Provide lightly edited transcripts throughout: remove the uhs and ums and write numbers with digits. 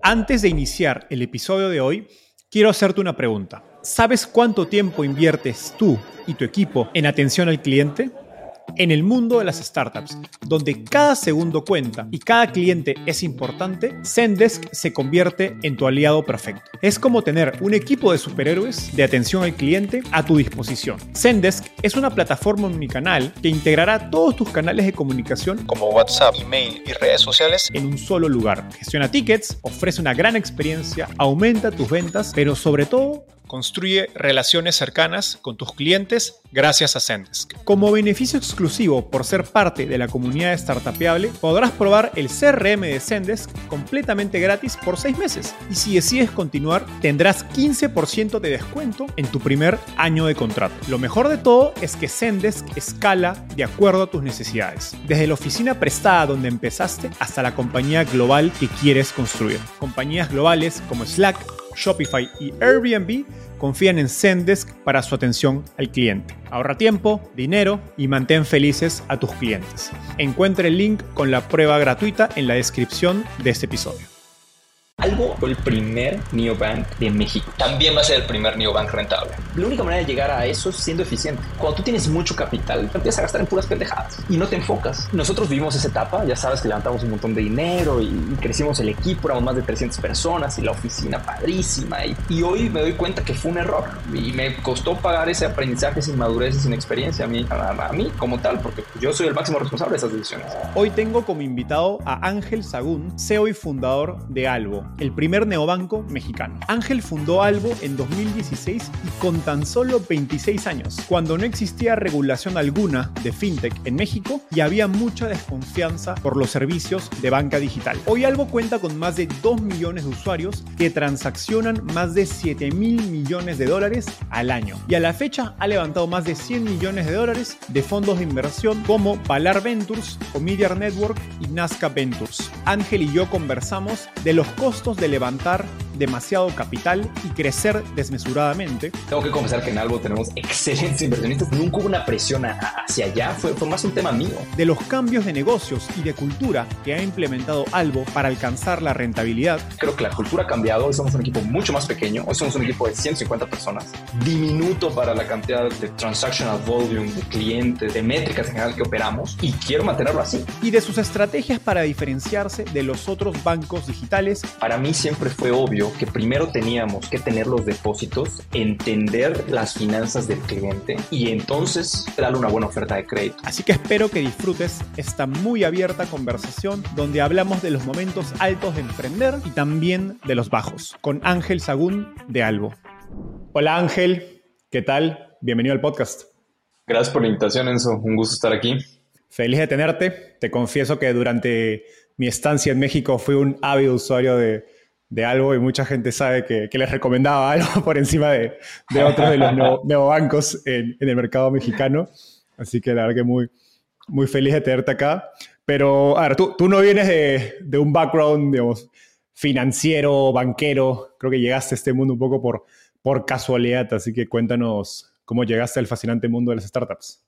Antes de iniciar el episodio de hoy, quiero hacerte una pregunta. ¿Sabes cuánto tiempo inviertes tú y tu equipo en atención al cliente? En el mundo de las startups, donde cada segundo cuenta y cada cliente es importante, Zendesk se convierte en tu aliado perfecto. Es como tener un equipo de superhéroes de atención al cliente a tu disposición. Zendesk es una plataforma omnicanal que integrará todos tus canales de comunicación como WhatsApp, email y redes sociales en un solo lugar. Gestiona tickets, ofrece una gran experiencia, aumenta tus ventas, pero sobre todo construye relaciones cercanas con tus clientes gracias a Zendesk. Como beneficio exclusivo por ser parte de la comunidad startupeable, podrás probar el CRM de Zendesk completamente gratis por 6 meses. Y si decides continuar, tendrás 15% de descuento en tu primer año de contrato. Lo mejor de todo es que Zendesk escala de acuerdo a tus necesidades. Desde la oficina prestada donde empezaste hasta la compañía global que quieres construir. Compañías globales como Slack, Shopify y Airbnb confían en Zendesk para su atención al cliente. Ahorra tiempo, dinero y mantén felices a tus clientes. Encuentra el link con la prueba gratuita en la descripción de este episodio. Albo fue el primer neobank de México. También va a ser el primer neobank rentable. La única manera de llegar a eso es siendo eficiente. Cuando tú tienes mucho capital, empiezas a gastar en puras pendejadas y no te enfocas. Nosotros vivimos esa etapa, ya sabes que levantamos un montón de dinero y crecimos el equipo, éramos más de 300 personas y la oficina padrísima. Y hoy me doy cuenta que fue un error y me costó pagar ese aprendizaje sin madurez y sin experiencia a mí como tal, porque yo soy el máximo responsable de esas decisiones. Hoy tengo como invitado a Ángel Sagún, CEO y fundador de Albo, el primer neobanco mexicano. Ángel fundó Albo en 2016 y con tan solo 26 años, cuando no existía regulación alguna de fintech en México y había mucha desconfianza por los servicios de banca digital. Hoy Albo cuenta con más de 2 millones de usuarios que transaccionan más de 7,000 millones de dólares al año y a la fecha ha levantado más de 100 millones de dólares de fondos de inversión como Valar Ventures, Omidyar Network y Nazca Ventures. Ángel y yo conversamos de los costos de levantar demasiado capital y crecer desmesuradamente. Tengo que confesar que en Albo tenemos excelentes inversionistas. Nunca hubo una presión hacia allá, fue más un tema mío. De los cambios de negocios y de cultura que ha implementado Albo para alcanzar la rentabilidad. Creo que la cultura ha cambiado, hoy somos un equipo mucho más pequeño, hoy somos un equipo de 150 personas, diminuto para la cantidad de transactional volume, de clientes, de métricas en general que operamos y quiero mantenerlo así. Y de sus estrategias para diferenciarse de los otros bancos digitales. Para mí siempre fue obvio que primero teníamos que tener los depósitos, entender las finanzas del cliente y entonces darle una buena oferta de crédito. Así que espero que disfrutes esta muy abierta conversación donde hablamos de los momentos altos de emprender y también de los bajos, con Ángel Sagún de Albo. Hola Ángel, ¿qué tal? Bienvenido al podcast. Gracias por la invitación, Enzo. Un gusto estar aquí. Feliz de tenerte. Te confieso que durante mi estancia en México fui un ávido usuario de Albo y mucha gente sabe que les recomendaba Albo por encima de otros de los neobancos en el mercado mexicano. Así que la verdad que muy, muy feliz de tenerte acá. Pero, a ver, tú no vienes de un background, digamos, financiero, banquero. Creo que llegaste a este mundo un poco por casualidad. Así que cuéntanos cómo llegaste al fascinante mundo de las startups.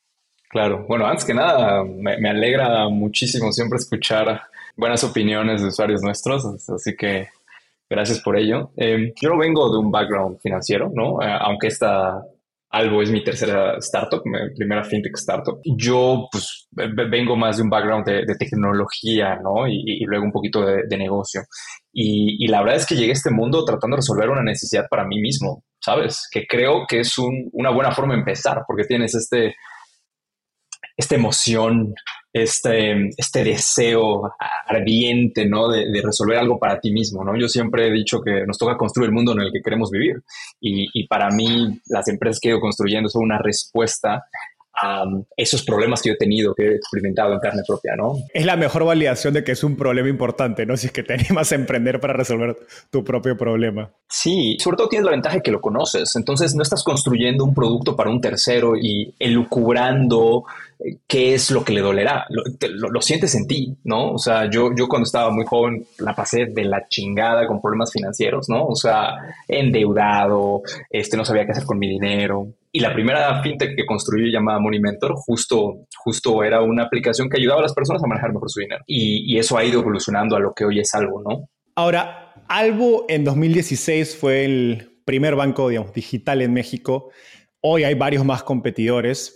Claro. Bueno, antes que nada, me alegra muchísimo siempre escuchar buenas opiniones de usuarios nuestros, así que gracias por ello. Yo no vengo de un background financiero, ¿no? Aunque Albo es mi tercera startup, mi primera fintech startup. Yo, pues, vengo más de un background de tecnología, ¿no? Y luego un poquito de negocio. Y la verdad es que llegué a este mundo tratando de resolver una necesidad para mí mismo, ¿sabes? Que creo que es una buena forma de empezar, porque tienes esta emoción, este deseo ardiente, ¿no? De resolver algo para ti mismo, ¿no? Yo siempre he dicho que nos toca construir el mundo en el que queremos vivir. Y para mí, las empresas que he ido construyendo son una respuesta a esos problemas que yo he tenido, que he experimentado en carne propia, ¿no? Es la mejor validación de que es un problema importante, ¿no? Si es que te animas a emprender para resolver tu propio problema. Sí, sobre todo tienes la ventaja de que lo conoces. Entonces no estás construyendo un producto para un tercero y elucubrando qué es lo que le dolerá. Lo sientes en ti, ¿no? O sea, yo cuando estaba muy joven la pasé de la chingada con problemas financieros, ¿no? O sea, endeudado, no sabía qué hacer con mi dinero. Y la primera fintech que construí llamada Money Mentor justo era una aplicación que ayudaba a las personas a manejar mejor su dinero. Y eso ha ido evolucionando a lo que hoy es Albo, ¿no? Ahora, Albo en 2016 fue el primer banco, digamos, digital en México. Hoy hay varios más competidores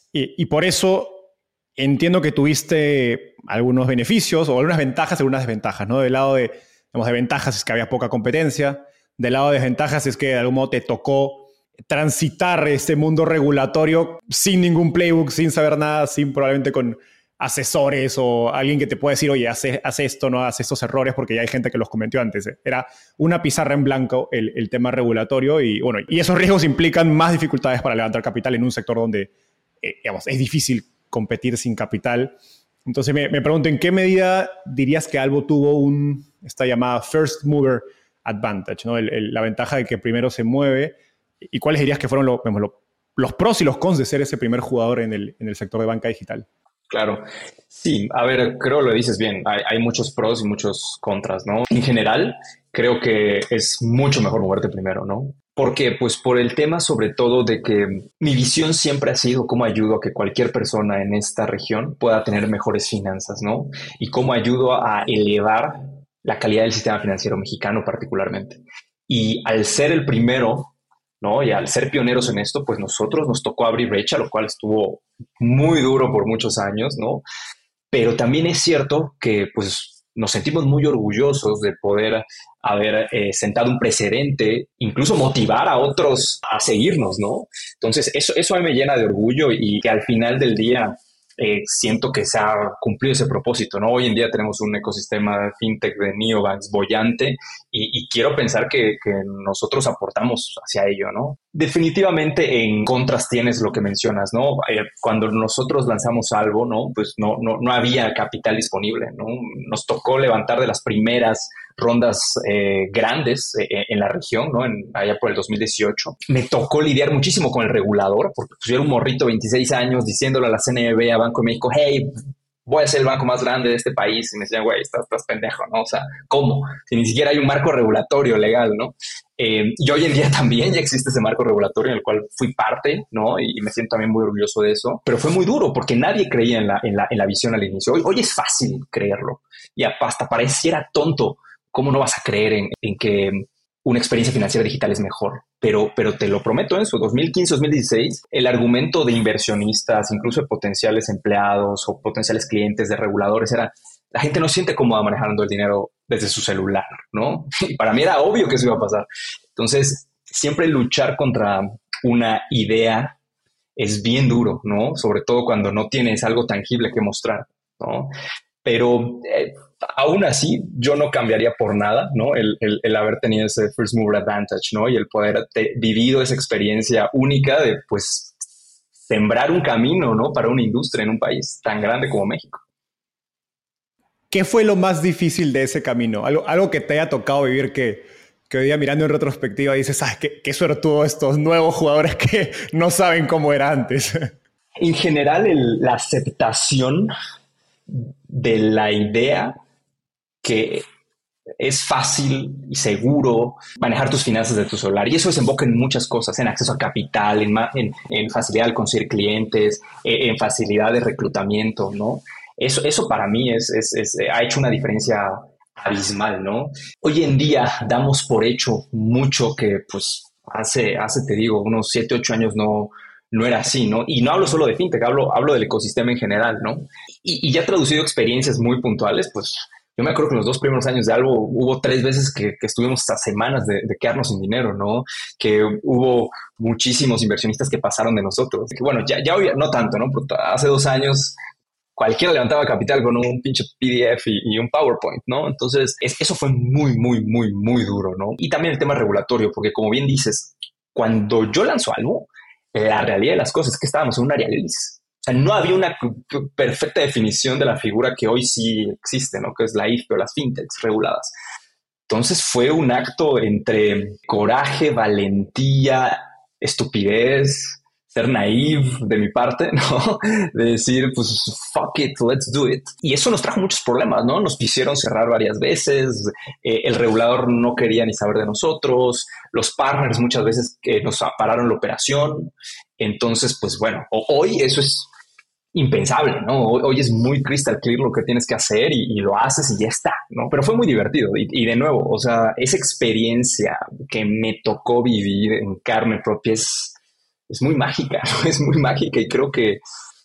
y por eso entiendo que tuviste algunos beneficios o algunas ventajas y algunas desventajas, ¿no? Del lado de, digamos, de ventajas es que había poca competencia, del lado de desventajas es que de algún modo te tocó transitar este mundo regulatorio sin ningún playbook, sin saber nada, sin probablemente con asesores o alguien que te pueda decir, oye, haz esto, no hagas estos errores porque ya hay gente que los cometió antes. Era una pizarra en blanco el tema regulatorio y, bueno, y esos riesgos implican más dificultades para levantar capital en un sector donde digamos, es difícil competir sin capital. Entonces me pregunto, ¿en qué medida dirías que Albo tuvo esta llamada first mover advantage, ¿no? La ventaja de que primero se mueve? ¿Y cuáles dirías que fueron los pros y los cons de ser ese primer jugador en el sector de banca digital? Claro. Sí, a ver, creo lo dices bien. Hay muchos pros y muchos contras, ¿no? En general, creo que es mucho mejor moverte primero, ¿no? ¿Por qué? Pues por el tema sobre todo de que mi visión siempre ha sido cómo ayudo a que cualquier persona en esta región pueda tener mejores finanzas, ¿no? Y cómo ayudo a elevar la calidad del sistema financiero mexicano particularmente. Y al ser el primero, ¿no? Y al ser pioneros en esto, pues nosotros nos tocó abrir brecha, lo cual estuvo muy duro por muchos años, ¿no? Pero también es cierto que pues nos sentimos muy orgullosos de poder haber sentado un precedente, incluso motivar a otros a seguirnos, ¿no? Entonces eso a mí me llena de orgullo y que al final del día siento que se ha cumplido ese propósito, ¿no? Hoy en día tenemos un ecosistema fintech de neobanks bollante y quiero pensar que nosotros aportamos hacia ello, ¿no? Definitivamente en contras tienes lo que mencionas, ¿no? Cuando nosotros lanzamos Albo, ¿no? Pues no había capital disponible, ¿no? Nos tocó levantar de las primeras rondas grandes en la región, ¿no? Allá por el 2018. Me tocó lidiar muchísimo con el regulador, porque pues, yo era un morrito de 26 años diciéndole a la CNBV, a Banco de México, hey, voy a ser el banco más grande de este país. Y me decían, güey, estás pendejo, ¿no? O sea, ¿cómo? Si ni siquiera hay un marco regulatorio legal, ¿no? Y hoy en día también ya existe ese marco regulatorio en el cual fui parte, ¿no? Y me siento también muy orgulloso de eso. Pero fue muy duro porque nadie creía en la visión al inicio. Hoy es fácil creerlo. Y hasta pareciera tonto. ¿Cómo no vas a creer en que una experiencia financiera digital es mejor? Pero te lo prometo, en su 2015-2016, el argumento de inversionistas, incluso de potenciales empleados o potenciales clientes de reguladores era, la gente no siente cómoda manejando el dinero desde su celular, ¿no? Y para mí era obvio que eso iba a pasar. Entonces, siempre luchar contra una idea es bien duro, ¿no? Sobre todo cuando no tienes algo tangible que mostrar, ¿no? Pero aún así, yo no cambiaría por nada, ¿no? El haber tenido ese first mover advantage, ¿no? Y el poder haber vivido esa experiencia única de, pues, sembrar un camino, ¿no? Para una industria en un país tan grande como México. ¿Qué fue lo más difícil de ese camino? Algo que te haya tocado vivir que hoy día mirando en retrospectiva dices, ah, qué suertudo estos nuevos jugadores que no saben cómo era antes. En general, la aceptación de la idea que es fácil y seguro manejar tus finanzas de tu celular. Y eso desemboca en muchas cosas, en acceso a capital, en facilidad de conseguir clientes, en facilidad de reclutamiento, ¿no? Eso para mí ha hecho una diferencia abismal, ¿no? Hoy en día damos por hecho mucho que, pues, hace te digo, unos 7, 8 años no era así, ¿no? Y no hablo solo de fintech, hablo del ecosistema en general, ¿no? Y ya traducido experiencias muy puntuales, pues yo me acuerdo que en los 2 primeros años de Albo hubo 3 veces que estuvimos hasta semanas de quedarnos sin dinero, ¿no? Que hubo muchísimos inversionistas que pasaron de nosotros. Que bueno, ya hoy no tanto, ¿no? Pero hace 2 años cualquiera levantaba capital con un pinche PDF y un PowerPoint, ¿no? Entonces eso fue muy, muy, muy, muy duro, ¿no? Y también el tema regulatorio, porque como bien dices, cuando yo lanzo Albo, la realidad de las cosas es que estábamos en un área gris. O sea, no había una perfecta definición de la figura que hoy sí existe, ¿no? Que es la IFPE o las fintechs reguladas. Entonces fue un acto entre coraje, valentía, estupidez, ser naive de mi parte, ¿no? De decir, pues, fuck it, let's do it. Y eso nos trajo muchos problemas, ¿no? Nos quisieron cerrar varias veces, el regulador no quería ni saber de nosotros, los partners muchas veces nos pararon la operación. Entonces, pues bueno, hoy eso es impensable, ¿no? Hoy es muy crystal clear lo que tienes que hacer y lo haces y ya está, ¿no? Pero fue muy divertido y de nuevo, o sea, esa experiencia que me tocó vivir en carne propia es muy mágica, ¿no? Es muy mágica y creo que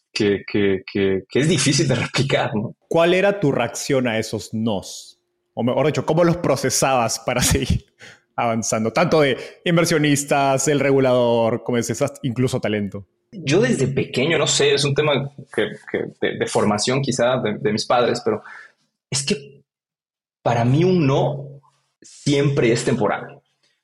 es difícil de replicar, ¿no? ¿Cuál era tu reacción a esos nos? O mejor dicho, ¿cómo los procesabas para seguir avanzando? Tanto de inversionistas, el regulador, como dices, incluso talento. Yo desde pequeño, no sé, es un tema de formación quizá de mis padres, pero es que para mí un no siempre es temporal.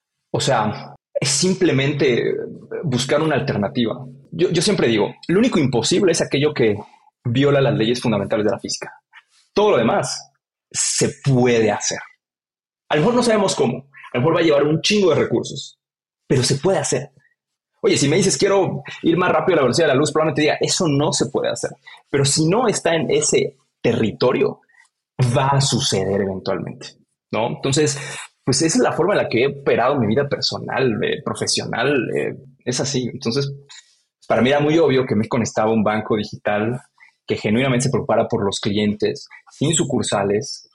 O sea, es simplemente buscar una alternativa. Yo siempre digo, lo único imposible es aquello que viola las leyes fundamentales de la física. Todo lo demás se puede hacer. A lo mejor no sabemos cómo, a lo mejor va a llevar un chingo de recursos, pero se puede hacer. Oye, si me dices quiero ir más rápido a la velocidad de la luz, probablemente diga, eso no se puede hacer. Pero si no está en ese territorio, va a suceder eventualmente, ¿no? Entonces, pues esa es la forma en la que he operado mi vida personal, profesional, es así. Entonces, para mí era muy obvio que México necesitaba un banco digital que genuinamente se preocupara por los clientes, sin sucursales,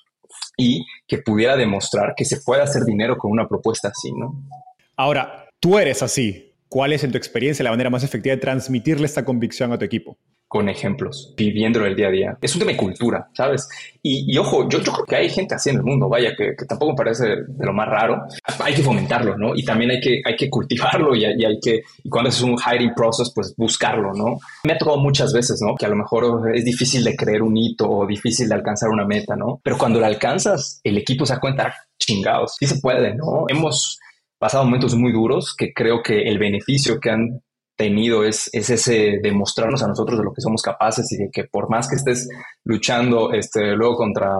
y que pudiera demostrar que se puede hacer dinero con una propuesta así, ¿no? Ahora, tú eres así. ¿Cuál es, en tu experiencia, la manera más efectiva de transmitirle esta convicción a tu equipo? Con ejemplos, viviéndolo el día a día. Es un tema de cultura, ¿sabes? Y ojo, yo creo que hay gente así en el mundo, vaya, que tampoco me parece de lo más raro. Hay que fomentarlo, ¿no? Y también hay que cultivarlo y cuando es un hiring process, pues buscarlo, ¿no? Me ha tocado muchas veces, ¿no? Que a lo mejor es difícil de creer un hito o difícil de alcanzar una meta, ¿no? Pero cuando la alcanzas, el equipo se da cuenta, chingados, sí se puede, ¿no? Hemos pasado momentos muy duros que creo que el beneficio que han tenido es ese demostrarnos a nosotros de lo que somos capaces y de que por más que estés luchando luego contra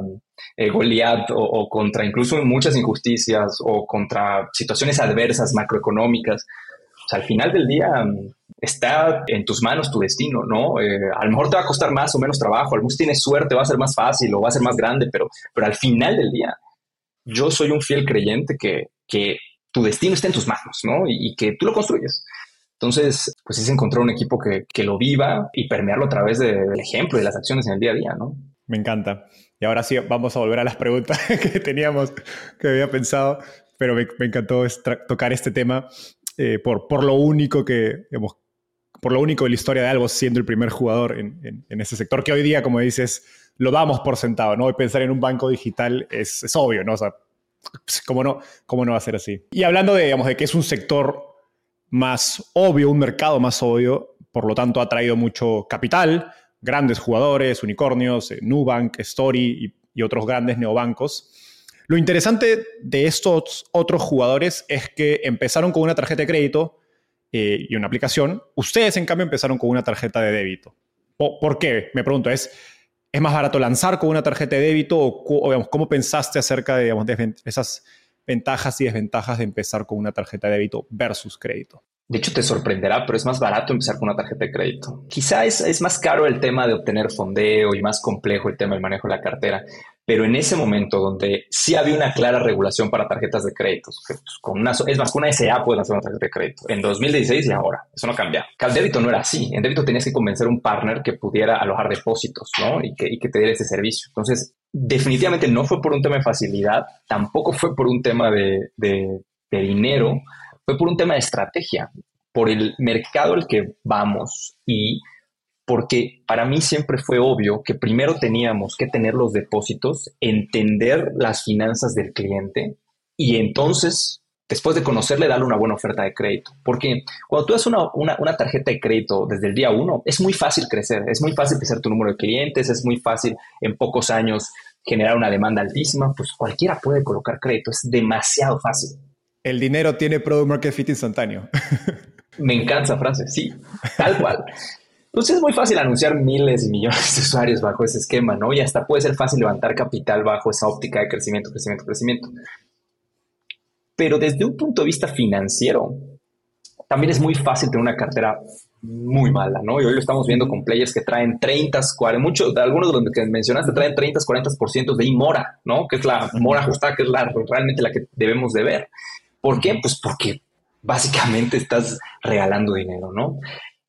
Goliat o contra incluso muchas injusticias o contra situaciones adversas macroeconómicas, o sea, al final del día está en tus manos tu destino, ¿no? A lo mejor te va a costar más o menos trabajo, a lo mejor si tienes suerte va a ser más fácil o va a ser más grande, pero al final del día yo soy un fiel creyente que tu destino está en tus manos, ¿no? Y que tú lo construyes. Entonces, pues es encontrar un equipo que lo viva y permearlo a través del ejemplo y de las acciones en el día a día, ¿no? Me encanta. Y ahora sí, vamos a volver a las preguntas que teníamos, que había pensado, pero me encantó tocar este tema por lo único digamos, por lo único de la historia de Albo siendo el primer jugador en ese sector, que hoy día, como dices, lo damos por sentado, ¿no? Hoy pensar en un banco digital es obvio, ¿no? O sea, ¿cómo no va a ser así? Y hablando digamos, de que es un sector más obvio, un mercado más obvio, por lo tanto ha traído mucho capital, grandes jugadores, unicornios, Nubank, Story y otros grandes neobancos. Lo interesante de estos otros jugadores es que empezaron con una tarjeta de crédito y una aplicación. Ustedes, en cambio, empezaron con una tarjeta de débito. ¿Por qué? Me pregunto, ¿es más barato lanzar con una tarjeta de débito o digamos, cómo pensaste acerca de esas ventajas y desventajas de empezar con una tarjeta de débito versus crédito? De hecho, te sorprenderá, pero es más barato empezar con una tarjeta de crédito. Quizá es más caro el tema de obtener fondeo y más complejo el tema del manejo de la cartera. Pero en ese momento donde sí había una clara regulación para tarjetas de crédito, que, pues, con una SA puedes hacer una tarjeta de crédito. En 2016 y ahora, eso no cambia. El débito no era así. En débito tenías que convencer a un partner que pudiera alojar depósitos, ¿no? Y que te diera ese servicio. Entonces, definitivamente no fue por un tema de facilidad, tampoco fue por un tema de dinero, fue por un tema de estrategia, por el mercado al que vamos y porque para mí siempre fue obvio que primero teníamos que tener los depósitos, entender las finanzas del cliente y entonces, después de conocerle, darle una buena oferta de crédito. Porque cuando tú das una tarjeta de crédito desde el día 1, es muy fácil crecer, es muy fácil crecer tu número de clientes, es muy fácil en pocos años generar una demanda altísima, pues cualquiera puede colocar crédito, es demasiado fácil. El dinero tiene product market fit instantáneo. Me encanta esa frase, sí, tal cual. Entonces es muy fácil anunciar miles y millones de usuarios bajo ese esquema, ¿no? Y hasta puede ser fácil levantar capital bajo esa óptica de crecimiento. Pero desde un punto de vista financiero, también es muy fácil tener una cartera muy mala, ¿no? Y hoy lo estamos viendo con players que traen 30, 40, algunos de los que mencionaste traen 30, 40% de mora, ¿no? Que es la mora ajustada, que es realmente la que debemos de ver. ¿Por qué? Pues porque básicamente estás regalando dinero, ¿no?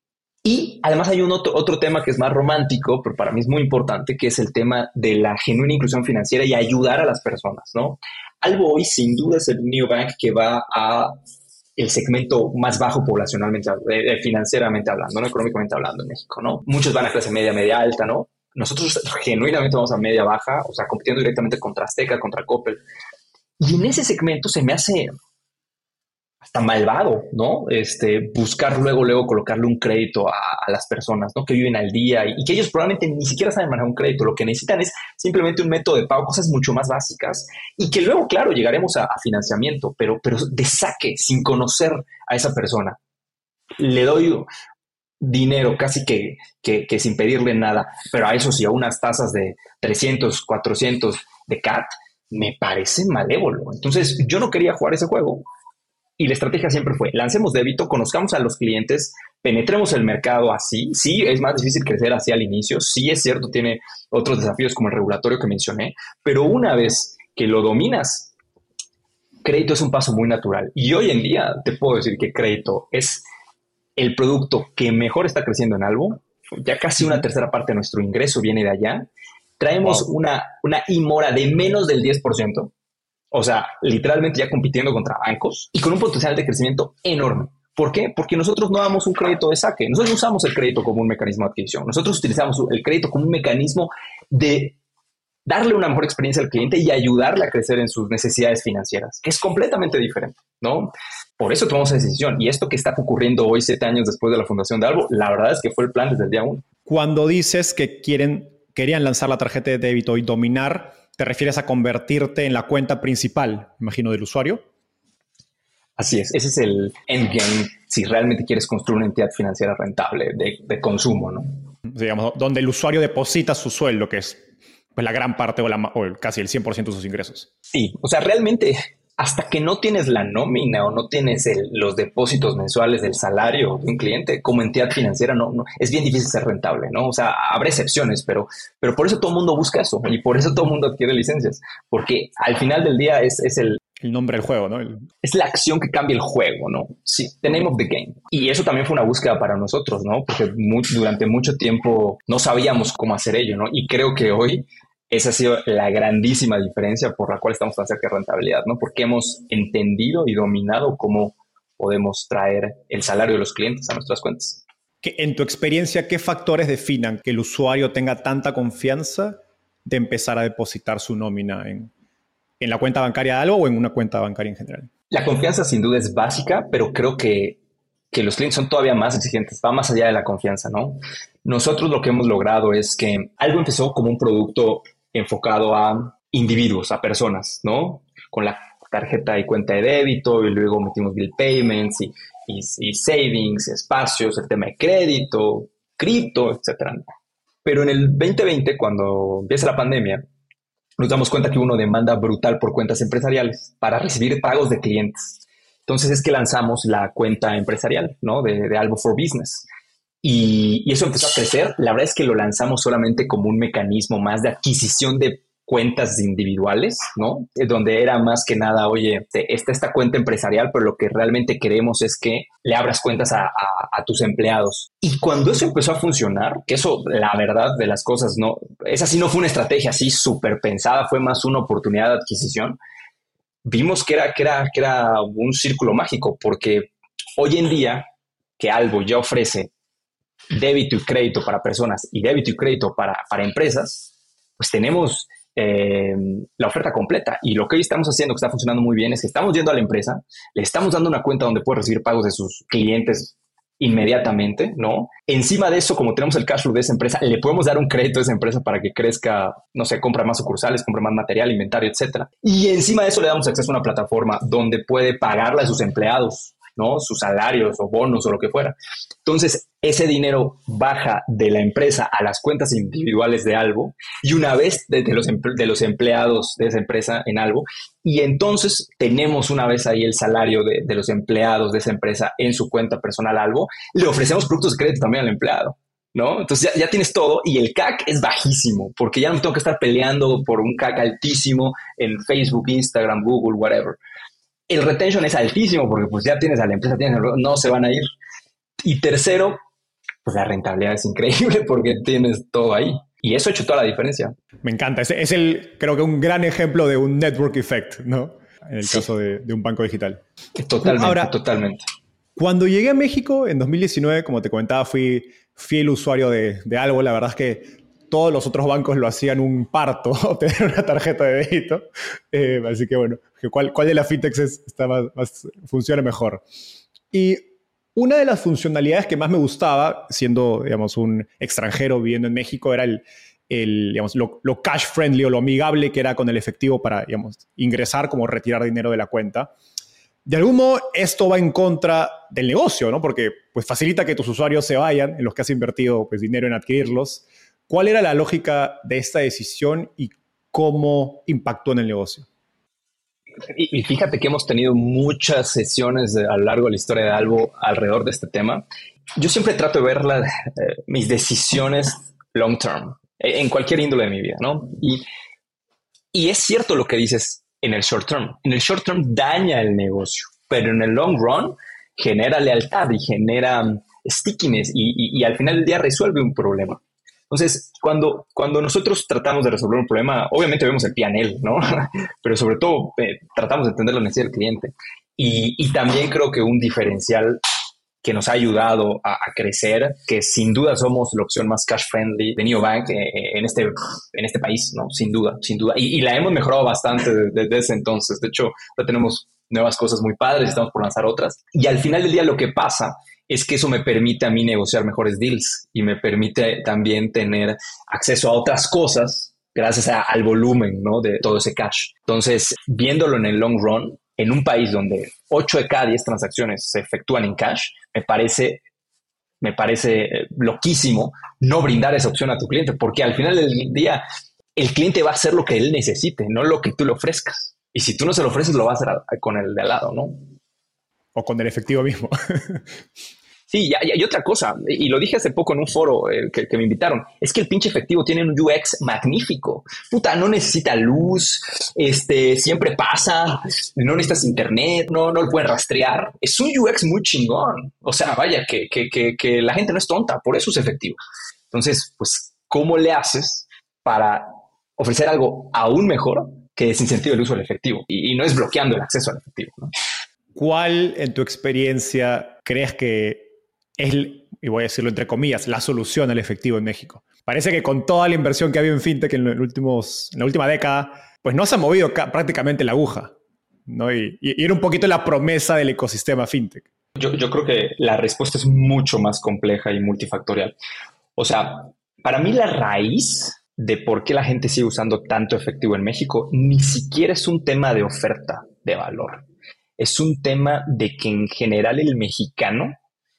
Y además hay un otro tema que es más romántico, pero para mí es muy importante, que es el tema de la genuina inclusión financiera y ayudar a las personas, ¿no? Albo hoy sin duda es el neobank que va a el segmento más bajo poblacionalmente, financieramente hablando, no económicamente hablando en México, ¿no? Muchos van a clase media, media alta, ¿no? Nosotros genuinamente vamos a media baja, o sea, compitiendo directamente contra Azteca, contra Coppel. Y en ese segmento se me hace hasta malvado, ¿no? Buscar luego colocarle un crédito a las personas, ¿no? Que viven al día y que ellos probablemente ni siquiera saben manejar un crédito. Lo que necesitan es simplemente un método de pago, cosas mucho más básicas y que luego, claro, llegaremos a financiamiento, pero de saque, sin conocer a esa persona. Le doy dinero casi que sin pedirle nada, pero a eso sí, a unas tasas de 300, 400 de CAT, me parece malévolo. Entonces, yo no quería jugar ese juego. Y la estrategia siempre fue, lancemos débito, conozcamos a los clientes, penetremos el mercado así. Sí, es más difícil crecer así al inicio. Sí, es cierto, tiene otros desafíos como el regulatorio que mencioné. Pero una vez que lo dominas, crédito es un paso muy natural. Y hoy en día te puedo decir que crédito es el producto que mejor está creciendo en Albo. Ya casi una tercera parte de nuestro ingreso viene de allá. Traemos una IMORA de menos del 10%. O sea, literalmente ya compitiendo contra bancos y con un potencial de crecimiento enorme. ¿Por qué? Porque nosotros no damos un crédito de saque. Nosotros no usamos el crédito como un mecanismo de adquisición. Nosotros utilizamos el crédito como un mecanismo de darle una mejor experiencia al cliente y ayudarle a crecer en sus necesidades financieras, que es completamente diferente, ¿no? Por eso tomamos esa decisión. Y esto que está ocurriendo hoy, 7 años después de la fundación de Albo, la verdad es que fue el plan desde el día 1. Cuando dices que querían lanzar la tarjeta de débito y dominar, ¿te refieres a convertirte en la cuenta principal, imagino, del usuario? Así es, ese es el endgame si realmente quieres construir una entidad financiera rentable de consumo, ¿no? Digamos, donde el usuario deposita su sueldo, que es pues, la gran parte o casi el 100% de sus ingresos. Sí, o sea, realmente hasta que no tienes la nómina o no tienes los depósitos mensuales del salario de un cliente como entidad financiera, no, es bien difícil ser rentable, ¿no? O sea, habrá excepciones, pero por eso todo el mundo busca eso y por eso todo el mundo adquiere licencias, porque al final del día es el nombre del juego, ¿no? Es la acción que cambia el juego, ¿no? Sí, the name of the game. Y eso también fue una búsqueda para nosotros, ¿no? Porque durante mucho tiempo no sabíamos cómo hacer ello, ¿no? Y creo que hoy esa ha sido la grandísima diferencia por la cual estamos tan cerca de rentabilidad, ¿no? Porque hemos entendido y dominado cómo podemos traer el salario de los clientes a nuestras cuentas. En tu experiencia, ¿qué factores definan que el usuario tenga tanta confianza de empezar a depositar su nómina en la cuenta bancaria de Albo o en una cuenta bancaria en general? La confianza sin duda es básica, pero creo que los clientes son todavía más exigentes, va más allá de la confianza, ¿no? Nosotros lo que hemos logrado es que Albo empezó como un producto enfocado a individuos, a personas, ¿no? Con la tarjeta y cuenta de débito y luego metimos bill payments y savings, espacios, el tema de crédito, cripto, etcétera. Pero en el 2020, cuando empieza la pandemia, nos damos cuenta que hubo una demanda brutal por cuentas empresariales para recibir pagos de clientes. Entonces es que lanzamos la cuenta empresarial, ¿no? de Albo for Business. Y eso empezó a crecer. La verdad es que lo lanzamos solamente como un mecanismo más de adquisición de cuentas individuales, ¿no? Donde era más que nada, oye, está esta cuenta empresarial, pero lo que realmente queremos es que le abras cuentas a tus empleados. Y cuando eso empezó a funcionar, que eso, la verdad de las cosas, no, esa sí no fue una estrategia así súper pensada, fue más una oportunidad de adquisición, vimos que era un círculo mágico, porque hoy en día que Albo ya ofrece débito y crédito para personas y débito y crédito para empresas, pues tenemos la oferta completa. Y lo que hoy estamos haciendo, que está funcionando muy bien, es que estamos yendo a la empresa, le estamos dando una cuenta donde puede recibir pagos de sus clientes inmediatamente, ¿no? Encima de eso, como tenemos el cash flow de esa empresa, le podemos dar un crédito a esa empresa para que crezca, no sé, compra más sucursales, compra más material, inventario, etcétera. Y encima de eso le damos acceso a una plataforma donde puede pagarle a sus empleados, ¿no? Sus salarios o bonos o lo que fuera. Entonces, ese dinero baja de la empresa a las cuentas individuales de Albo y una vez de los empleados de esa empresa en Albo, y entonces tenemos una vez ahí el salario de los empleados de esa empresa en su cuenta personal Albo, le ofrecemos productos de crédito también al empleado, ¿no? Entonces ya tienes todo y el CAC es bajísimo porque ya no tengo que estar peleando por un CAC altísimo en Facebook, Instagram, Google, whatever. El retention es altísimo porque pues ya tienes a la empresa, no se van a ir. Y tercero, pues la rentabilidad es increíble porque tienes todo ahí. Y eso ha hecho toda la diferencia. Me encanta. Creo que un gran ejemplo de un network effect, ¿no? En el caso de un banco digital. Totalmente, Ahora, totalmente. Cuando llegué a México en 2019, como te comentaba, fui fiel usuario de Algo. La verdad es que todos los otros bancos lo hacían un parto, obtener una tarjeta de débito. Así que bueno, ¿cuál de las fintechs funciona mejor? Y una de las funcionalidades que más me gustaba, siendo, digamos, un extranjero viviendo en México, era digamos, lo cash friendly o lo amigable que era con el efectivo para, digamos, ingresar como retirar dinero de la cuenta. De algún modo, esto va en contra del negocio, ¿no? Porque pues, facilita que tus usuarios se vayan, en los que has invertido pues, dinero en adquirirlos. ¿Cuál era la lógica de esta decisión y cómo impactó en el negocio? Y fíjate que hemos tenido muchas sesiones a lo largo de la historia de Algo alrededor de este tema. Yo siempre trato de ver mis decisiones long term, en cualquier índole de mi vida, ¿no? Y es cierto lo que dices en el short term. En el short term daña el negocio, pero en el long run genera lealtad y genera stickiness y al final del día resuelve un problema. Entonces, cuando nosotros tratamos de resolver un problema, obviamente vemos el P&L, ¿no? Pero sobre todo tratamos de entender la necesidad del cliente. Y también creo que un diferencial que nos ha ayudado a crecer, que sin duda somos la opción más cash friendly de neobank en este país, ¿no? Sin duda, sin duda. Y la hemos mejorado bastante desde ese entonces. De hecho, ya tenemos nuevas cosas muy padres y estamos por lanzar otras. Y al final del día lo que pasa es que eso me permite a mí negociar mejores deals y me permite también tener acceso a otras cosas gracias al volumen, ¿no? De todo ese cash. Entonces, viéndolo en el long run, en un país donde 8 de cada 10 transacciones se efectúan en cash, me parece loquísimo no brindar esa opción a tu cliente, porque al final del día el cliente va a hacer lo que él necesite, no lo que tú le ofrezcas. Y si tú no se lo ofreces, lo va a hacer con el de al lado, ¿no? O con el efectivo mismo. Sí, y otra cosa, y lo dije hace poco en un foro que me invitaron, es que el pinche efectivo tiene un UX magnífico. Puta, no necesita luz, siempre pasa, no necesitas internet, no lo pueden rastrear. Es un UX muy chingón. O sea, vaya, que la gente no es tonta, por eso es efectivo. Entonces, pues, ¿cómo le haces para ofrecer algo aún mejor que desincentive el uso del efectivo? Y no es bloqueando el acceso al efectivo, ¿no? ¿Cuál, en tu experiencia, crees que es, y voy a decirlo entre comillas, la solución al efectivo en México? Parece que con toda la inversión que ha habido en fintech en la última década, pues no se ha movido prácticamente la aguja, ¿no? Y era un poquito la promesa del ecosistema fintech. Yo creo que la respuesta es mucho más compleja y multifactorial. O sea, para mí la raíz de por qué la gente sigue usando tanto efectivo en México ni siquiera es un tema de oferta de valor. Es un tema de que en general el mexicano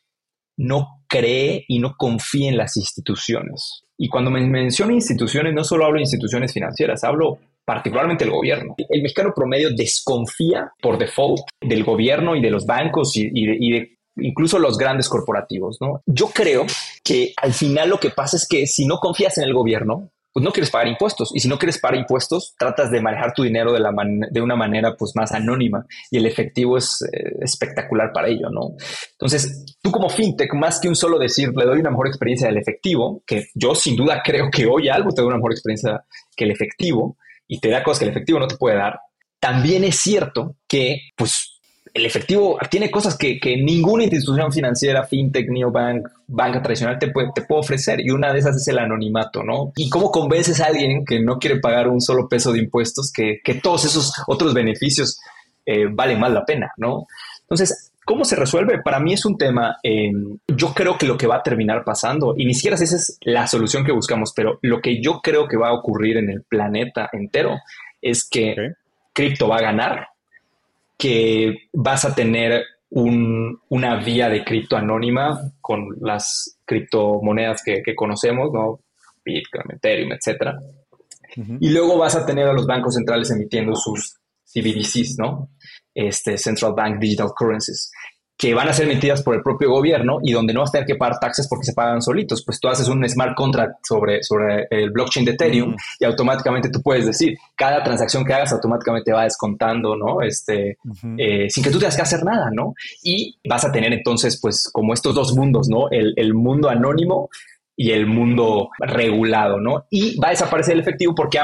no cree y no confía en las instituciones. Y cuando me menciono instituciones, no solo hablo de instituciones financieras, hablo particularmente del gobierno. El mexicano promedio desconfía por default del gobierno y de los bancos y de incluso los grandes corporativos, ¿no? Yo creo que al final lo que pasa es que si no confías en el gobierno, pues no quieres pagar impuestos. Y si no quieres pagar impuestos, tratas de manejar tu dinero de una manera pues más anónima. Y el efectivo es espectacular para ello, ¿no? Entonces, tú como fintech, más que un solo decir, le doy una mejor experiencia del efectivo, que yo sin duda creo que hoy algo te da una mejor experiencia que el efectivo y te da cosas que el efectivo no te puede dar, también es cierto que pues el efectivo tiene cosas que ninguna institución financiera, fintech, neobank, banca tradicional te puede ofrecer. Y una de esas es el anonimato, ¿no? ¿Y cómo convences a alguien que no quiere pagar un solo peso de impuestos que todos esos otros beneficios valen más la pena, ¿no? Entonces, ¿cómo se resuelve? Para mí es un tema, yo creo que lo que va a terminar pasando, y ni siquiera esa es la solución que buscamos, pero lo que yo creo que va a ocurrir en el planeta entero es que cripto va a ganar, que vas a tener una vía de cripto anónima con las criptomonedas que conocemos, ¿no? Bitcoin, Ethereum, etcétera. Uh-huh. Y luego vas a tener a los bancos centrales emitiendo sus CBDCs, ¿no? Central Bank Digital Currencies. que van a ser emitidas por el propio gobierno y donde no vas a tener que pagar taxes porque se pagan solitos. Pues tú haces un smart contract sobre el blockchain de Ethereum y automáticamente tú puedes decir, cada transacción que hagas automáticamente va descontando, ¿no? Sin que tú tengas que hacer nada, ¿no? Y vas a tener entonces, pues, como estos dos mundos, ¿no? El mundo anónimo y el mundo regulado, ¿no? Y va a desaparecer el efectivo porque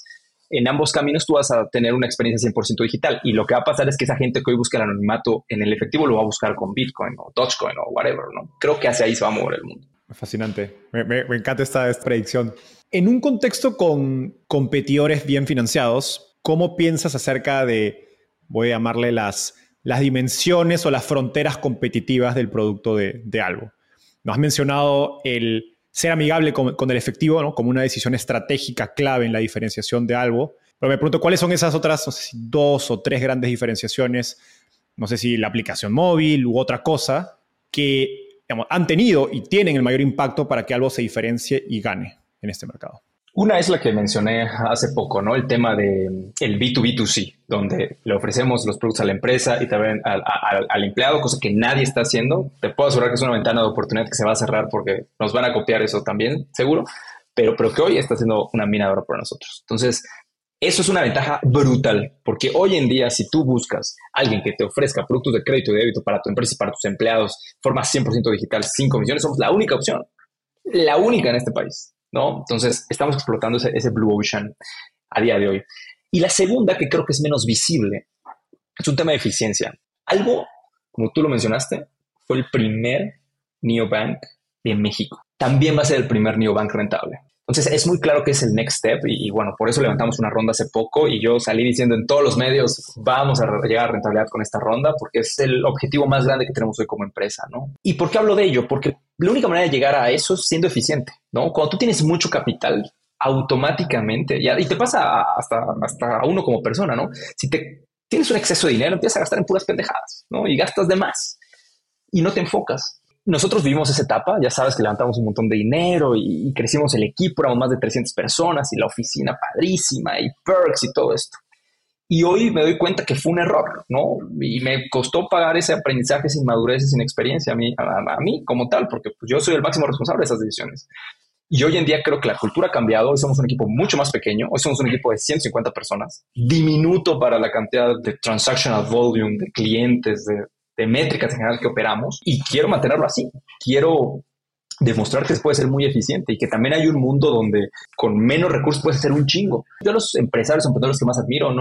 en ambos caminos tú vas a tener una experiencia 100% digital, y lo que va a pasar es que esa gente que hoy busca el anonimato en el efectivo lo va a buscar con Bitcoin o Dogecoin o whatever, ¿no? Creo que hacia ahí se va a mover el mundo. Fascinante. Me encanta esta predicción. En un contexto con competidores bien financiados, ¿cómo piensas acerca de, voy a llamarle las dimensiones o las fronteras competitivas del producto de Albo? Nos has mencionado el ser amigable con el efectivo, ¿no? Como una decisión estratégica clave en la diferenciación de Albo. Pero me pregunto, ¿cuáles son esas otras, no sé si 2 o 3 grandes diferenciaciones? No sé si la aplicación móvil u otra cosa que, digamos, han tenido y tienen el mayor impacto para que Albo se diferencie y gane en este mercado. Una es la que mencioné hace poco, ¿no? El tema del B2B2C, donde le ofrecemos los productos a la empresa y también al empleado, cosa que nadie está haciendo. Te puedo asegurar que es una ventana de oportunidad que se va a cerrar porque nos van a copiar eso también, seguro, pero que hoy está siendo una mina de oro para nosotros. Entonces, eso es una ventaja brutal, porque hoy en día, si tú buscas a alguien que te ofrezca productos de crédito y débito para tu empresa y para tus empleados, forma 100% digital, 5 millones, somos la única opción, la única en este país, ¿no? Entonces, estamos explotando ese Blue Ocean a día de hoy. Y la segunda, que creo que es menos visible, es un tema de eficiencia. Algo, como tú lo mencionaste, fue el primer neobank de México. También va a ser el primer neobank rentable. Entonces, es muy claro que es el next step y bueno, por eso levantamos una ronda hace poco y yo salí diciendo en todos los medios, vamos a llegar a rentabilidad con esta ronda porque es el objetivo más grande que tenemos hoy como empresa, ¿no? ¿Y por qué hablo de ello? Porque la única manera de llegar a eso es siendo eficiente, ¿no? Cuando tú tienes mucho capital, automáticamente, y te pasa hasta a uno como persona, ¿no? Si tienes un exceso de dinero, empiezas a gastar en puras pendejadas, ¿no? Y gastas de más y no te enfocas. Nosotros vivimos esa etapa, ya sabes que levantamos un montón de dinero y crecimos el equipo, éramos más de 300 personas y la oficina padrísima y perks y todo esto. Y hoy me doy cuenta que fue un error, ¿no? Y me costó pagar ese aprendizaje sin madurez, sin experiencia a mí como tal, porque pues, yo soy el máximo responsable de esas decisiones. Y hoy en día creo que la cultura ha cambiado. Hoy somos un equipo mucho más pequeño. Hoy somos un equipo de 150 personas, diminuto para la cantidad de transactional volume, de clientes, de métricas en general que operamos, y quiero mantenerlo así. Quiero demostrar que se puede ser muy eficiente y que también hay un mundo donde con menos recursos puedes hacer un chingo. Yo los empresarios, emprendedores que más admiro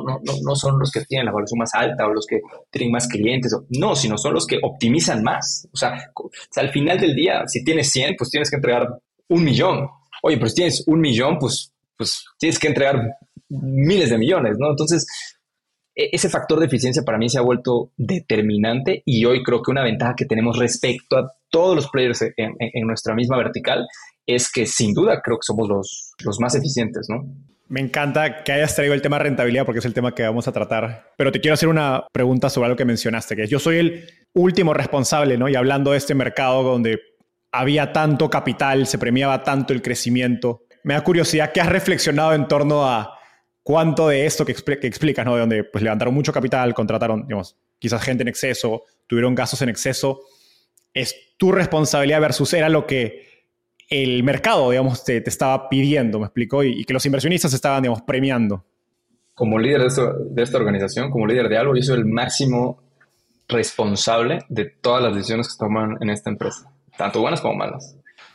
no son los que tienen la evaluación más alta o los que tienen más clientes, no, sino son los que optimizan más. O sea, al final del día, si tienes 100, pues tienes que entregar 1 millón. Oye, pero si tienes 1 millón, pues tienes que entregar miles de millones, ¿no? Entonces, ese factor de eficiencia para mí se ha vuelto determinante y hoy creo que una ventaja que tenemos respecto a todos los players en nuestra misma vertical es que sin duda creo que somos los más eficientes, ¿no? Me encanta que hayas traído el tema de rentabilidad porque es el tema que vamos a tratar. Pero te quiero hacer una pregunta sobre algo que mencionaste, que es, yo soy el último responsable, ¿no? Y hablando de este mercado donde había tanto capital, se premiaba tanto el crecimiento, me da curiosidad, ¿qué has reflexionado en torno a cuánto de esto que explicas, ¿no? De donde pues, levantaron mucho capital, contrataron, digamos, quizás gente en exceso, tuvieron gastos en exceso, es tu responsabilidad versus era lo que el mercado, digamos, te estaba pidiendo, ¿me explico? Y que los inversionistas estaban, digamos, premiando. Como líder de esta organización, como líder de Albo, yo soy el máximo responsable de todas las decisiones que se toman en esta empresa, tanto buenas como malas.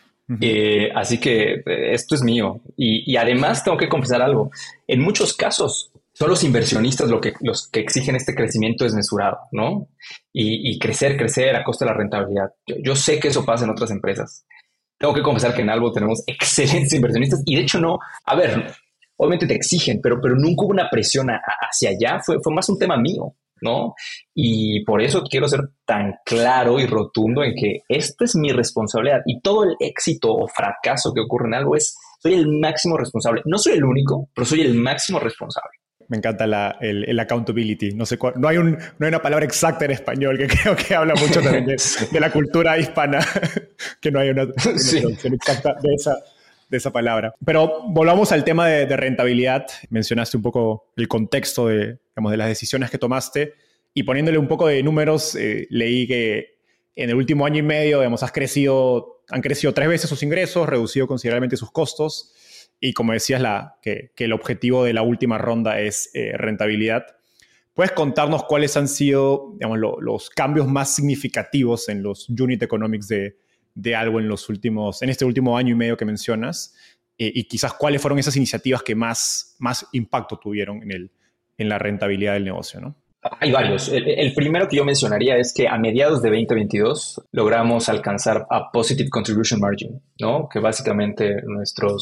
Así que esto es mío. Y además tengo que confesar algo. En muchos casos son los inversionistas los que exigen este crecimiento desmesurado, ¿no? Y crecer a costa de la rentabilidad. Yo sé que eso pasa en otras empresas. Tengo que confesar que en Albo tenemos excelentes inversionistas y de hecho no, a ver, obviamente te exigen, pero nunca hubo una presión hacia allá. Fue más un tema mío, ¿no? Y por eso quiero ser tan claro y rotundo en que esto es mi responsabilidad y todo el éxito o fracaso que ocurre en algo soy el máximo responsable. No soy el único, pero soy el máximo responsable. Me encanta el accountability. No sé no hay una palabra exacta en español que creo que habla mucho también de la cultura hispana, que no hay una traducción exacta de esa palabra. Pero volvamos al tema de rentabilidad. Mencionaste un poco el contexto de las decisiones que tomaste Y poniéndole un poco de números, leí que en el último año y medio, digamos, han crecido 3 veces sus ingresos, reducido considerablemente sus costos. Y como decías, que el objetivo de la última ronda es rentabilidad. ¿Puedes contarnos cuáles han sido, digamos, los cambios más significativos en los unit economics de Algo en este último año y medio que mencionas? Y quizás cuáles fueron esas iniciativas que más impacto tuvieron en la rentabilidad del negocio, ¿no? Hay varios. El primero que yo mencionaría es que a mediados de 2022 logramos alcanzar a Positive Contribution Margin, ¿no? Que básicamente nuestro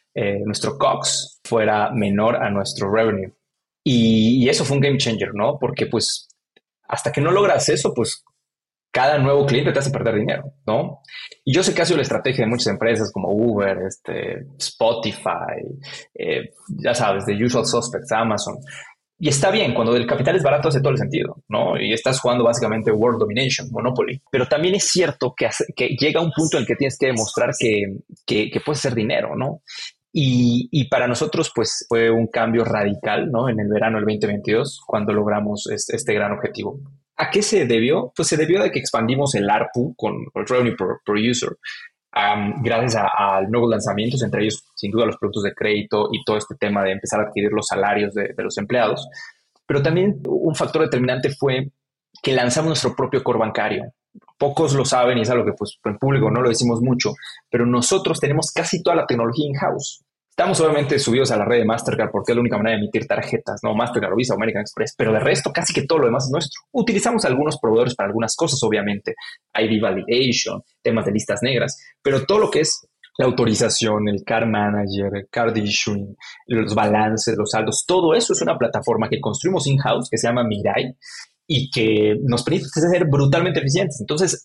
COGS fuera menor a nuestro revenue. Y eso fue un game changer, ¿no? Porque pues hasta que no logras eso, pues cada nuevo cliente te hace perder dinero, ¿no? Y yo sé que ha sido la estrategia de muchas empresas como Uber, Spotify, ya sabes, The Usual Suspects, Amazon. Y está bien, cuando el capital es barato hace todo el sentido, ¿no? Y estás jugando básicamente World Domination, Monopoly. Pero también es cierto que llega un punto en el que tienes que demostrar que puedes hacer dinero, ¿no? Y para nosotros, pues, fue un cambio radical, ¿no? En el verano del 2022, cuando logramos este gran objetivo. ¿A qué se debió? Pues se debió a que expandimos el ARPU con el Revenue per User. Gracias a nuevos lanzamientos, entre ellos sin duda los productos de crédito y todo este tema de empezar a adquirir los salarios de los empleados. Pero también un factor determinante fue que lanzamos nuestro propio core bancario. Pocos lo saben y es algo que pues en público no lo decimos mucho, pero nosotros tenemos casi toda la tecnología in-house. Estamos obviamente subidos a la red de Mastercard porque es la única manera de emitir tarjetas, ¿no? Mastercard, Visa, American Express, pero de resto casi que todo lo demás es nuestro. Utilizamos algunos proveedores para algunas cosas, obviamente, ID validation, temas de listas negras, pero todo lo que es la autorización, el card manager, el card issuing, los balances, los saldos, todo eso es una plataforma que construimos in-house que se llama Mirai y que nos permite ser brutalmente eficientes. Entonces,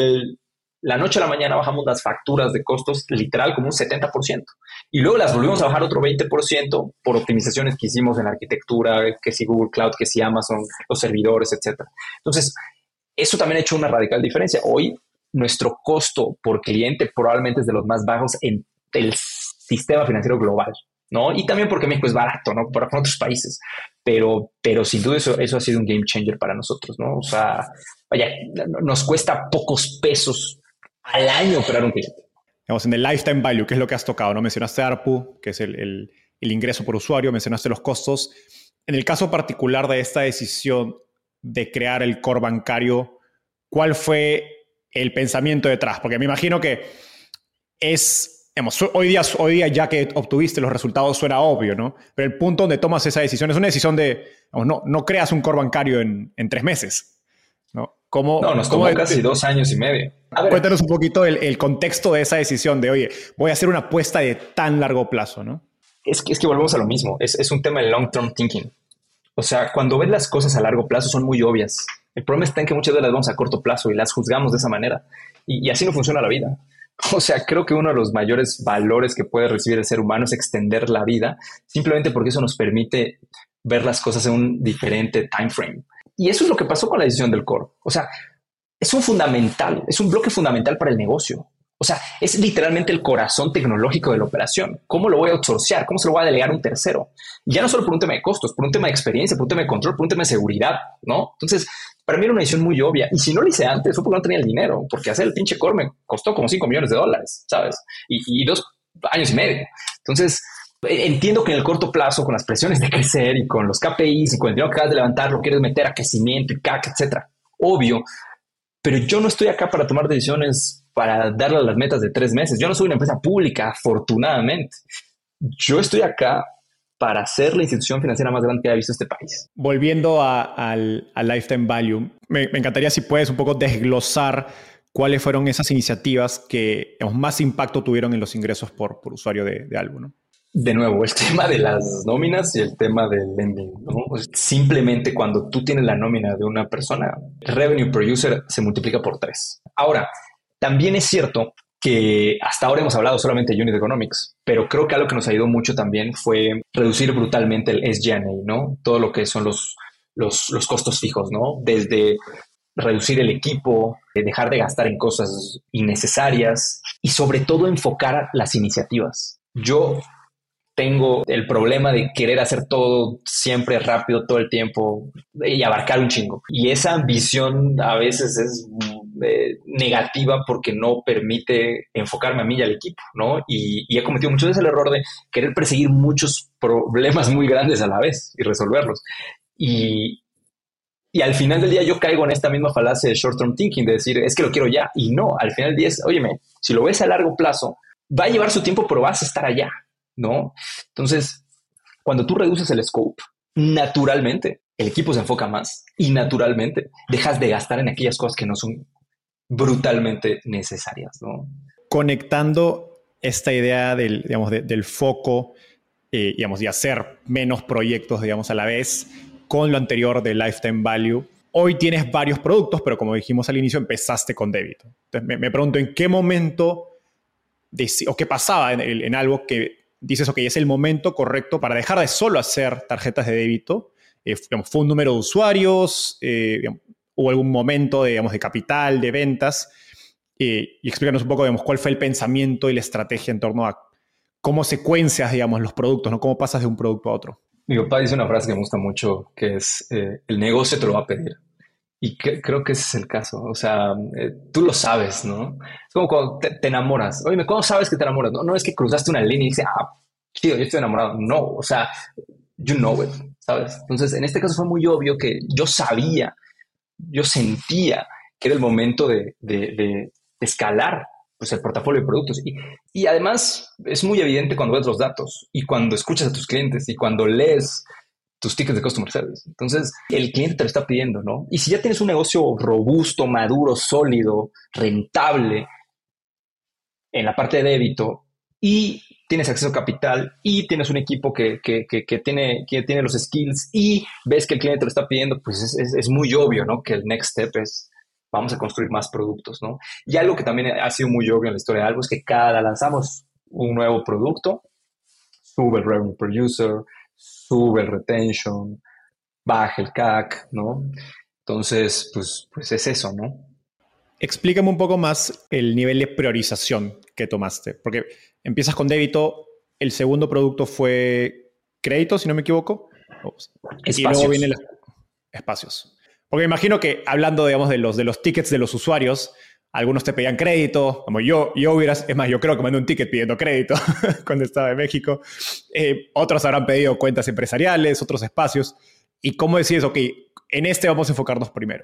la noche a la mañana bajamos las facturas de costos literal como un 70%. Y luego las volvimos a bajar otro 20% por optimizaciones que hicimos en la arquitectura, que si Google Cloud, que si Amazon, los servidores, etc. Entonces, eso también ha hecho una radical diferencia. Hoy, nuestro costo por cliente probablemente es de los más bajos en el sistema financiero global, ¿no? Y también porque México es barato, ¿no? Para otros países. Pero sin duda eso ha sido un game changer para nosotros, ¿no? O sea, vaya, nos cuesta pocos pesos al año operar un cliente. Digamos, en el lifetime value, que es lo que has tocado, ¿no? Mencionaste ARPU, que es el ingreso por usuario, mencionaste los costos. En el caso particular de esta decisión de crear el core bancario, ¿cuál fue el pensamiento detrás? Porque me imagino que digamos, hoy día ya que obtuviste los resultados suena obvio, ¿no? Pero el punto donde tomas esa decisión es una decisión de, digamos, no creas un core bancario en 3 meses, ¿no? Nos tomó casi 2 años y medio. Cuéntanos un poquito el contexto de esa decisión de, oye, voy a hacer una apuesta de tan largo plazo, ¿no? Es que volvemos a lo mismo. Es un tema de long-term thinking. O sea, cuando ves las cosas a largo plazo son muy obvias. El problema está en que muchas veces las vemos a corto plazo y las juzgamos de esa manera. Y así no funciona la vida. O sea, creo que uno de los mayores valores que puede recibir el ser humano es extender la vida, simplemente porque eso nos permite ver las cosas en un diferente time frame. Y eso es lo que pasó con la decisión del core. O sea, es un bloque fundamental para el negocio. O sea, es literalmente el corazón tecnológico de la operación. ¿Cómo lo voy a outsourcear? ¿Cómo se lo voy a delegar a un tercero? Y ya no solo por un tema de costos, por un tema de experiencia, por un tema de control, por un tema de seguridad, ¿no? Entonces, para mí era una decisión muy obvia. Y si no lo hice antes, fue porque no tenía el dinero, porque hacer el pinche core me costó como $5 millones, ¿sabes? Y 2 años y medio. Entonces, entiendo que en el corto plazo, con las presiones de crecer y con los KPIs y con el dinero que acabas de levantar, lo quieres meter a crecimiento y CAC, etcétera. Obvio. Pero yo no estoy acá para tomar decisiones para darle a las metas de 3 meses. Yo no soy una empresa pública, afortunadamente. Yo estoy acá para ser la institución financiera más grande que haya visto este país. Volviendo al lifetime value, me encantaría si puedes un poco desglosar cuáles fueron esas iniciativas que, digamos, más impacto tuvieron en los ingresos por usuario de Algo, ¿no? De nuevo, el tema de las nóminas y el tema del lending, ¿no? Simplemente cuando tú tienes la nómina de una persona, el revenue per user se multiplica por 3. Ahora, también es cierto que hasta ahora hemos hablado solamente de unit economics, pero creo que algo que nos ayudó mucho también fue reducir brutalmente el SG&A, ¿no? Todo lo que son los costos fijos, ¿no? Desde reducir el equipo, dejar de gastar en cosas innecesarias y sobre todo enfocar las iniciativas. Yo tengo el problema de querer hacer todo siempre rápido, todo el tiempo y abarcar un chingo. Y esa ambición a veces es negativa porque no permite enfocarme a mí y al equipo, ¿no? Y he cometido muchas veces el error de querer perseguir muchos problemas muy grandes a la vez y resolverlos. Y al final del día yo caigo en esta misma falacia de short-term thinking, de decir, es que lo quiero ya. Y no, al final del día es, óyeme, si lo ves a largo plazo, va a llevar su tiempo, pero vas a estar allá, ¿no? Entonces, cuando tú reduces el scope, naturalmente el equipo se enfoca más y naturalmente dejas de gastar en aquellas cosas que no son brutalmente necesarias, ¿no? Conectando esta idea del, digamos, del foco, digamos, y hacer menos proyectos, digamos, a la vez, con lo anterior de Lifetime Value. Hoy tienes varios productos, pero como dijimos al inicio, empezaste con débito. Entonces me pregunto, ¿en qué momento o qué pasaba en algo que dices, ok, es el momento correcto para dejar de solo hacer tarjetas de débito? Digamos, ¿fue un número de usuarios? Digamos, ¿hubo algún momento de capital, de ventas? Y explícanos un poco, digamos, cuál fue el pensamiento y la estrategia en torno a cómo secuencias, digamos, los productos, ¿no? Cómo pasas de un producto a otro. Mi papá dice una frase que me gusta mucho, que es, el negocio te lo va a pedir. Y creo que ese es el caso. O sea, tú lo sabes, ¿no? Es como cuando te enamoras. Oye, ¿cómo sabes que te enamoras? No es que cruzaste una línea y dices, tío, yo estoy enamorado. No, o sea, you know it, ¿sabes? Entonces, en este caso fue muy obvio que yo sabía, yo sentía que era el momento de escalar pues, el portafolio de productos. Y además es muy evidente cuando ves los datos y cuando escuchas a tus clientes y cuando lees tus tickets de customer service. Entonces, el cliente te lo está pidiendo, ¿no? Y si ya tienes un negocio robusto, maduro, sólido, rentable en la parte de débito y tienes acceso a capital y tienes un equipo que tiene los skills y ves que el cliente te lo está pidiendo, pues es muy obvio, ¿no? Que el next step es vamos a construir más productos, ¿no? Y algo que también ha sido muy obvio en la historia de Algo es que cada lanzamos un nuevo producto, sube el revenue per user, sube el retention, baja el CAC, ¿no? Entonces, pues es eso, ¿no? Explícame un poco más el nivel de priorización que tomaste, porque empiezas con débito, el segundo producto fue crédito, si no me equivoco, Espacios. Y luego vienen los espacios. Porque me imagino que hablando, digamos, de los tickets de los usuarios, algunos te pedían crédito, como yo creo que mandé un ticket pidiendo crédito cuando estaba en México. Otros habrán pedido cuentas empresariales, otros espacios. ¿Y cómo decís, ok, en este vamos a enfocarnos primero?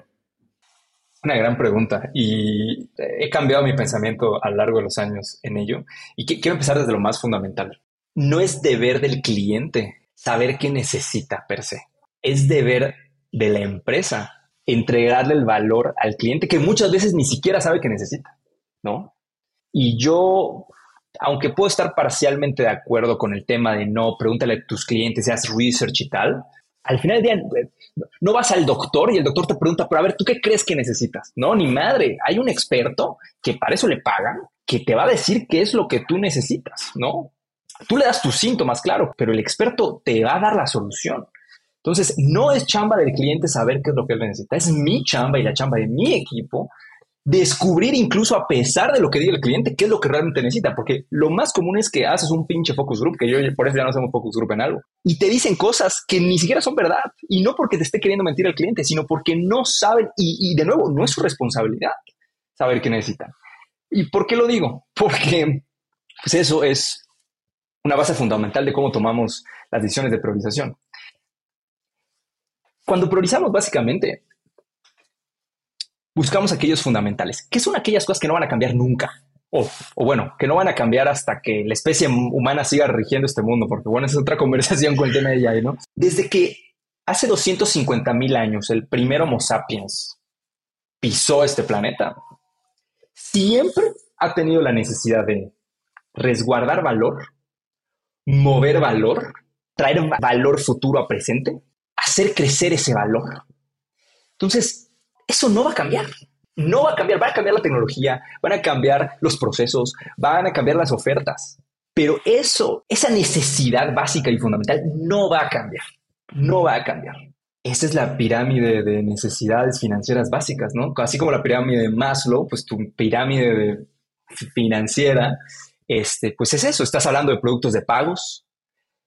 Una gran pregunta y he cambiado mi pensamiento a lo largo de los años en ello. Y quiero empezar desde lo más fundamental. No es deber del cliente saber qué necesita per se. Es deber de la empresa entregarle el valor al cliente que muchas veces ni siquiera sabe que necesita, ¿no? Y yo, aunque puedo estar parcialmente de acuerdo con el tema de no, pregúntale a tus clientes, haz research y tal, al final del día no vas al doctor y el doctor te pregunta, pero a ver, ¿tú qué crees que necesitas? No, ni madre, hay un experto que para eso le pagan, que te va a decir qué es lo que tú necesitas, ¿no? Tú le das tus síntomas, claro, pero el experto te va a dar la solución. Entonces, no es chamba del cliente saber qué es lo que él necesita. Es mi chamba y la chamba de mi equipo descubrir, incluso a pesar de lo que diga el cliente, qué es lo que realmente necesita. Porque lo más común es que haces un pinche focus group, que yo por eso ya no hacemos focus group en algo, y te dicen cosas que ni siquiera son verdad. Y no porque te esté queriendo mentir al cliente, sino porque no saben. Y de nuevo, no es su responsabilidad saber qué necesitan. ¿Y por qué lo digo? Porque pues eso es una base fundamental de cómo tomamos las decisiones de priorización. Cuando priorizamos, básicamente, buscamos aquellos fundamentales. ¿Qué son aquellas cosas que no van a cambiar nunca? O bueno, que no van a cambiar hasta que la especie humana siga rigiendo este mundo, porque bueno, es otra conversación con el tema de AI, ¿no? Desde que hace 250,000 años el primer Homo sapiens pisó este planeta, siempre ha tenido la necesidad de resguardar valor, mover valor, traer valor futuro a presente, hacer crecer ese valor. Entonces, eso no va a cambiar. No va a cambiar. Va a cambiar la tecnología, van a cambiar los procesos, van a cambiar las ofertas. Pero esa necesidad básica y fundamental no va a cambiar. No va a cambiar. Esa es la pirámide de necesidades financieras básicas, ¿no? Así como la pirámide de Maslow, pues tu pirámide financiera, pues es eso. Estás hablando de productos de pagos,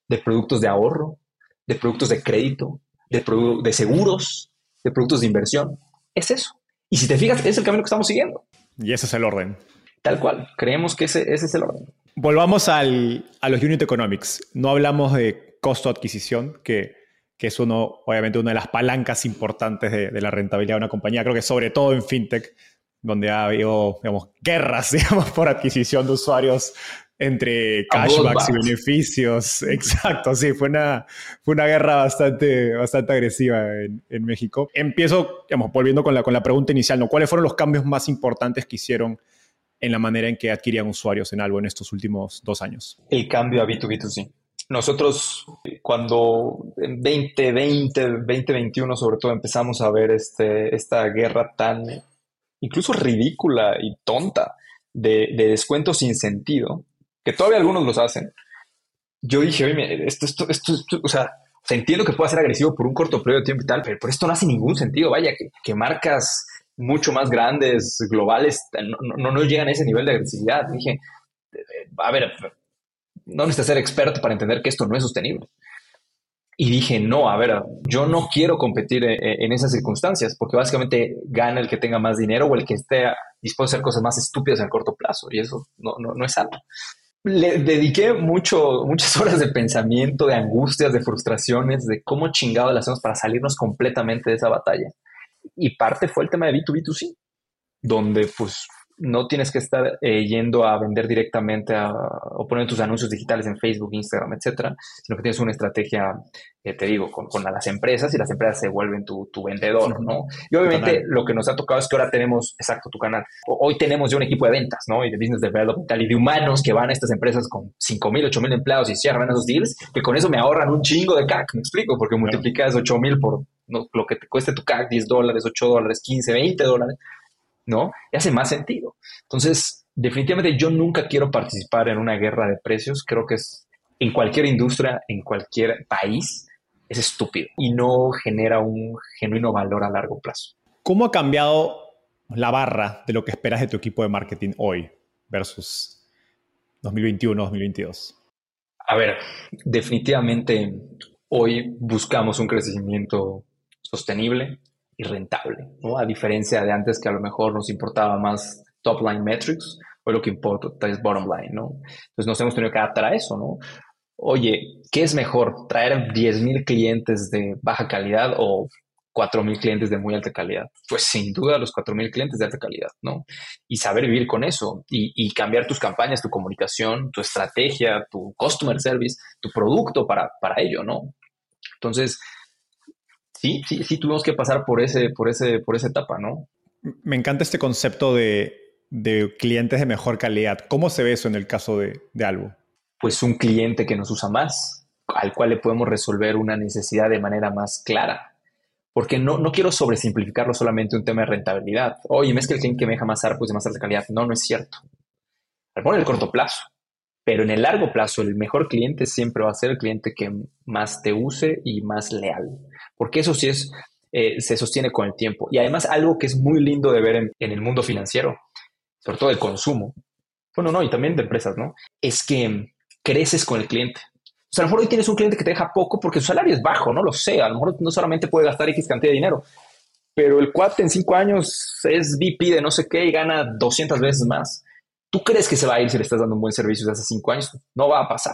de productos de ahorro, de productos de crédito, de seguros, de productos de inversión. Es eso. Y si te fijas, es el camino que estamos siguiendo. Y ese es el orden. Tal cual. Creemos que ese es el orden. Volvamos a los unit economics. No hablamos de costo de adquisición, que es obviamente una de las palancas importantes de la rentabilidad de una compañía. Creo que sobre todo en fintech, donde ha habido, digamos, guerras, digamos, por adquisición de usuarios entre cashbacks y beneficios. Exacto, sí, fue una guerra bastante agresiva en México. Empiezo, digamos, volviendo con la pregunta inicial, ¿no? ¿Cuáles fueron los cambios más importantes que hicieron en la manera en que adquirían usuarios en Albo en estos últimos 2 años? El cambio a B2B2C. Nosotros, cuando en 2020, 2021 sobre todo, empezamos a ver esta guerra tan incluso ridícula y tonta de descuentos sin sentido, que todavía algunos los hacen, yo dije, oye, esto, o sea, entiendo que pueda ser agresivo por un corto periodo de tiempo y tal, pero esto no hace ningún sentido. Vaya, que marcas mucho más grandes, globales, no llegan a ese nivel de agresividad. Dije, a ver, no necesitas ser experto para entender que esto no es sostenible. Y dije, no, a ver, yo no quiero competir en esas circunstancias, porque básicamente gana el que tenga más dinero o el que esté dispuesto a hacer cosas más estúpidas en el corto plazo, y eso no es sano. Le dediqué muchas horas de pensamiento, de angustias, de frustraciones, de cómo chingado le hacemos para salirnos completamente de esa batalla. Y parte fue el tema de B2B2C, donde pues no tienes que estar yendo a vender directamente o poner tus anuncios digitales en Facebook, Instagram, etcétera, sino que tienes una estrategia, te digo, con las empresas, y las empresas se vuelven tu vendedor, ¿no? Y obviamente lo que nos ha tocado es que ahora tenemos, exacto, tu canal. Hoy tenemos ya un equipo de ventas, ¿no? Y de business development y de humanos que van a estas empresas con 5,000, 8,000 empleados y cierran esos deals, que con eso me ahorran un chingo de CAC, ¿me explico? Porque multiplicas 8,000 por lo que te cueste tu CAC, $10, $8, 15, $20, ¿no? Y hace más sentido. Entonces, definitivamente yo nunca quiero participar en una guerra de precios. Creo que es en cualquier industria, en cualquier país, es estúpido y no genera un genuino valor a largo plazo. ¿Cómo ha cambiado la barra de lo que esperas de tu equipo de marketing hoy versus 2021, 2022? A ver, definitivamente hoy buscamos un crecimiento sostenible y rentable, ¿no? A diferencia de antes, que a lo mejor nos importaba más top line metrics, hoy lo que importa es bottom line, ¿no? Entonces nos hemos tenido que adaptar a eso, ¿no? Oye, ¿qué es mejor? ¿Traer 10,000 clientes de baja calidad o 4,000 clientes de muy alta calidad? Pues sin duda los 4,000 clientes de alta calidad, ¿no? Y saber vivir con eso y cambiar tus campañas, tu comunicación, tu estrategia, tu customer service, tu producto para ello, ¿no? Entonces, sí, tuvimos que pasar por esa etapa, ¿no? Me encanta este concepto de clientes de mejor calidad. ¿Cómo se ve eso en el caso de Albo? Pues un cliente que nos usa más, al cual le podemos resolver una necesidad de manera más clara. Porque no quiero sobresimplificarlo solamente un tema de rentabilidad. Oye, es que el cliente que me deja más ARPU es de más alta calidad. No es cierto. A lo mejor en el corto plazo. Pero en el largo plazo, el mejor cliente siempre va a ser el cliente que más te use y más leal. Porque eso sí se sostiene con el tiempo. Y además, algo que es muy lindo de ver en el mundo financiero, sobre todo el consumo, y también de empresas, ¿no? Es que creces con el cliente. O sea, a lo mejor hoy tienes un cliente que te deja poco porque su salario es bajo, no lo sé. A lo mejor no solamente puede gastar X cantidad de dinero, pero el cuate en 5 años es VP de no sé qué y gana 200 veces más. ¿Tú crees que se va a ir si le estás dando un buen servicio de hace 5 años? No va a pasar.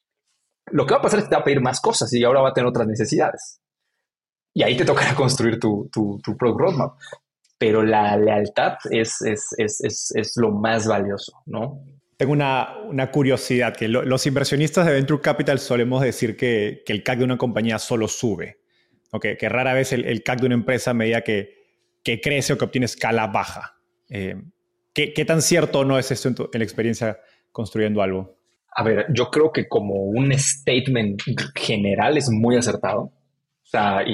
Lo que va a pasar es que te va a pedir más cosas y ahora va a tener otras necesidades. Y ahí te tocará construir tu product roadmap. Pero la lealtad es lo más valioso, ¿no? Tengo una curiosidad, que los inversionistas de Venture Capital solemos decir que el CAC de una compañía solo sube, ¿no? Que rara vez el CAC de una empresa a medida que crece o que obtiene escala baja. ¿Qué tan cierto o no es esto en la experiencia construyendo algo? A ver, yo creo que como un statement general es muy acertado. O sea,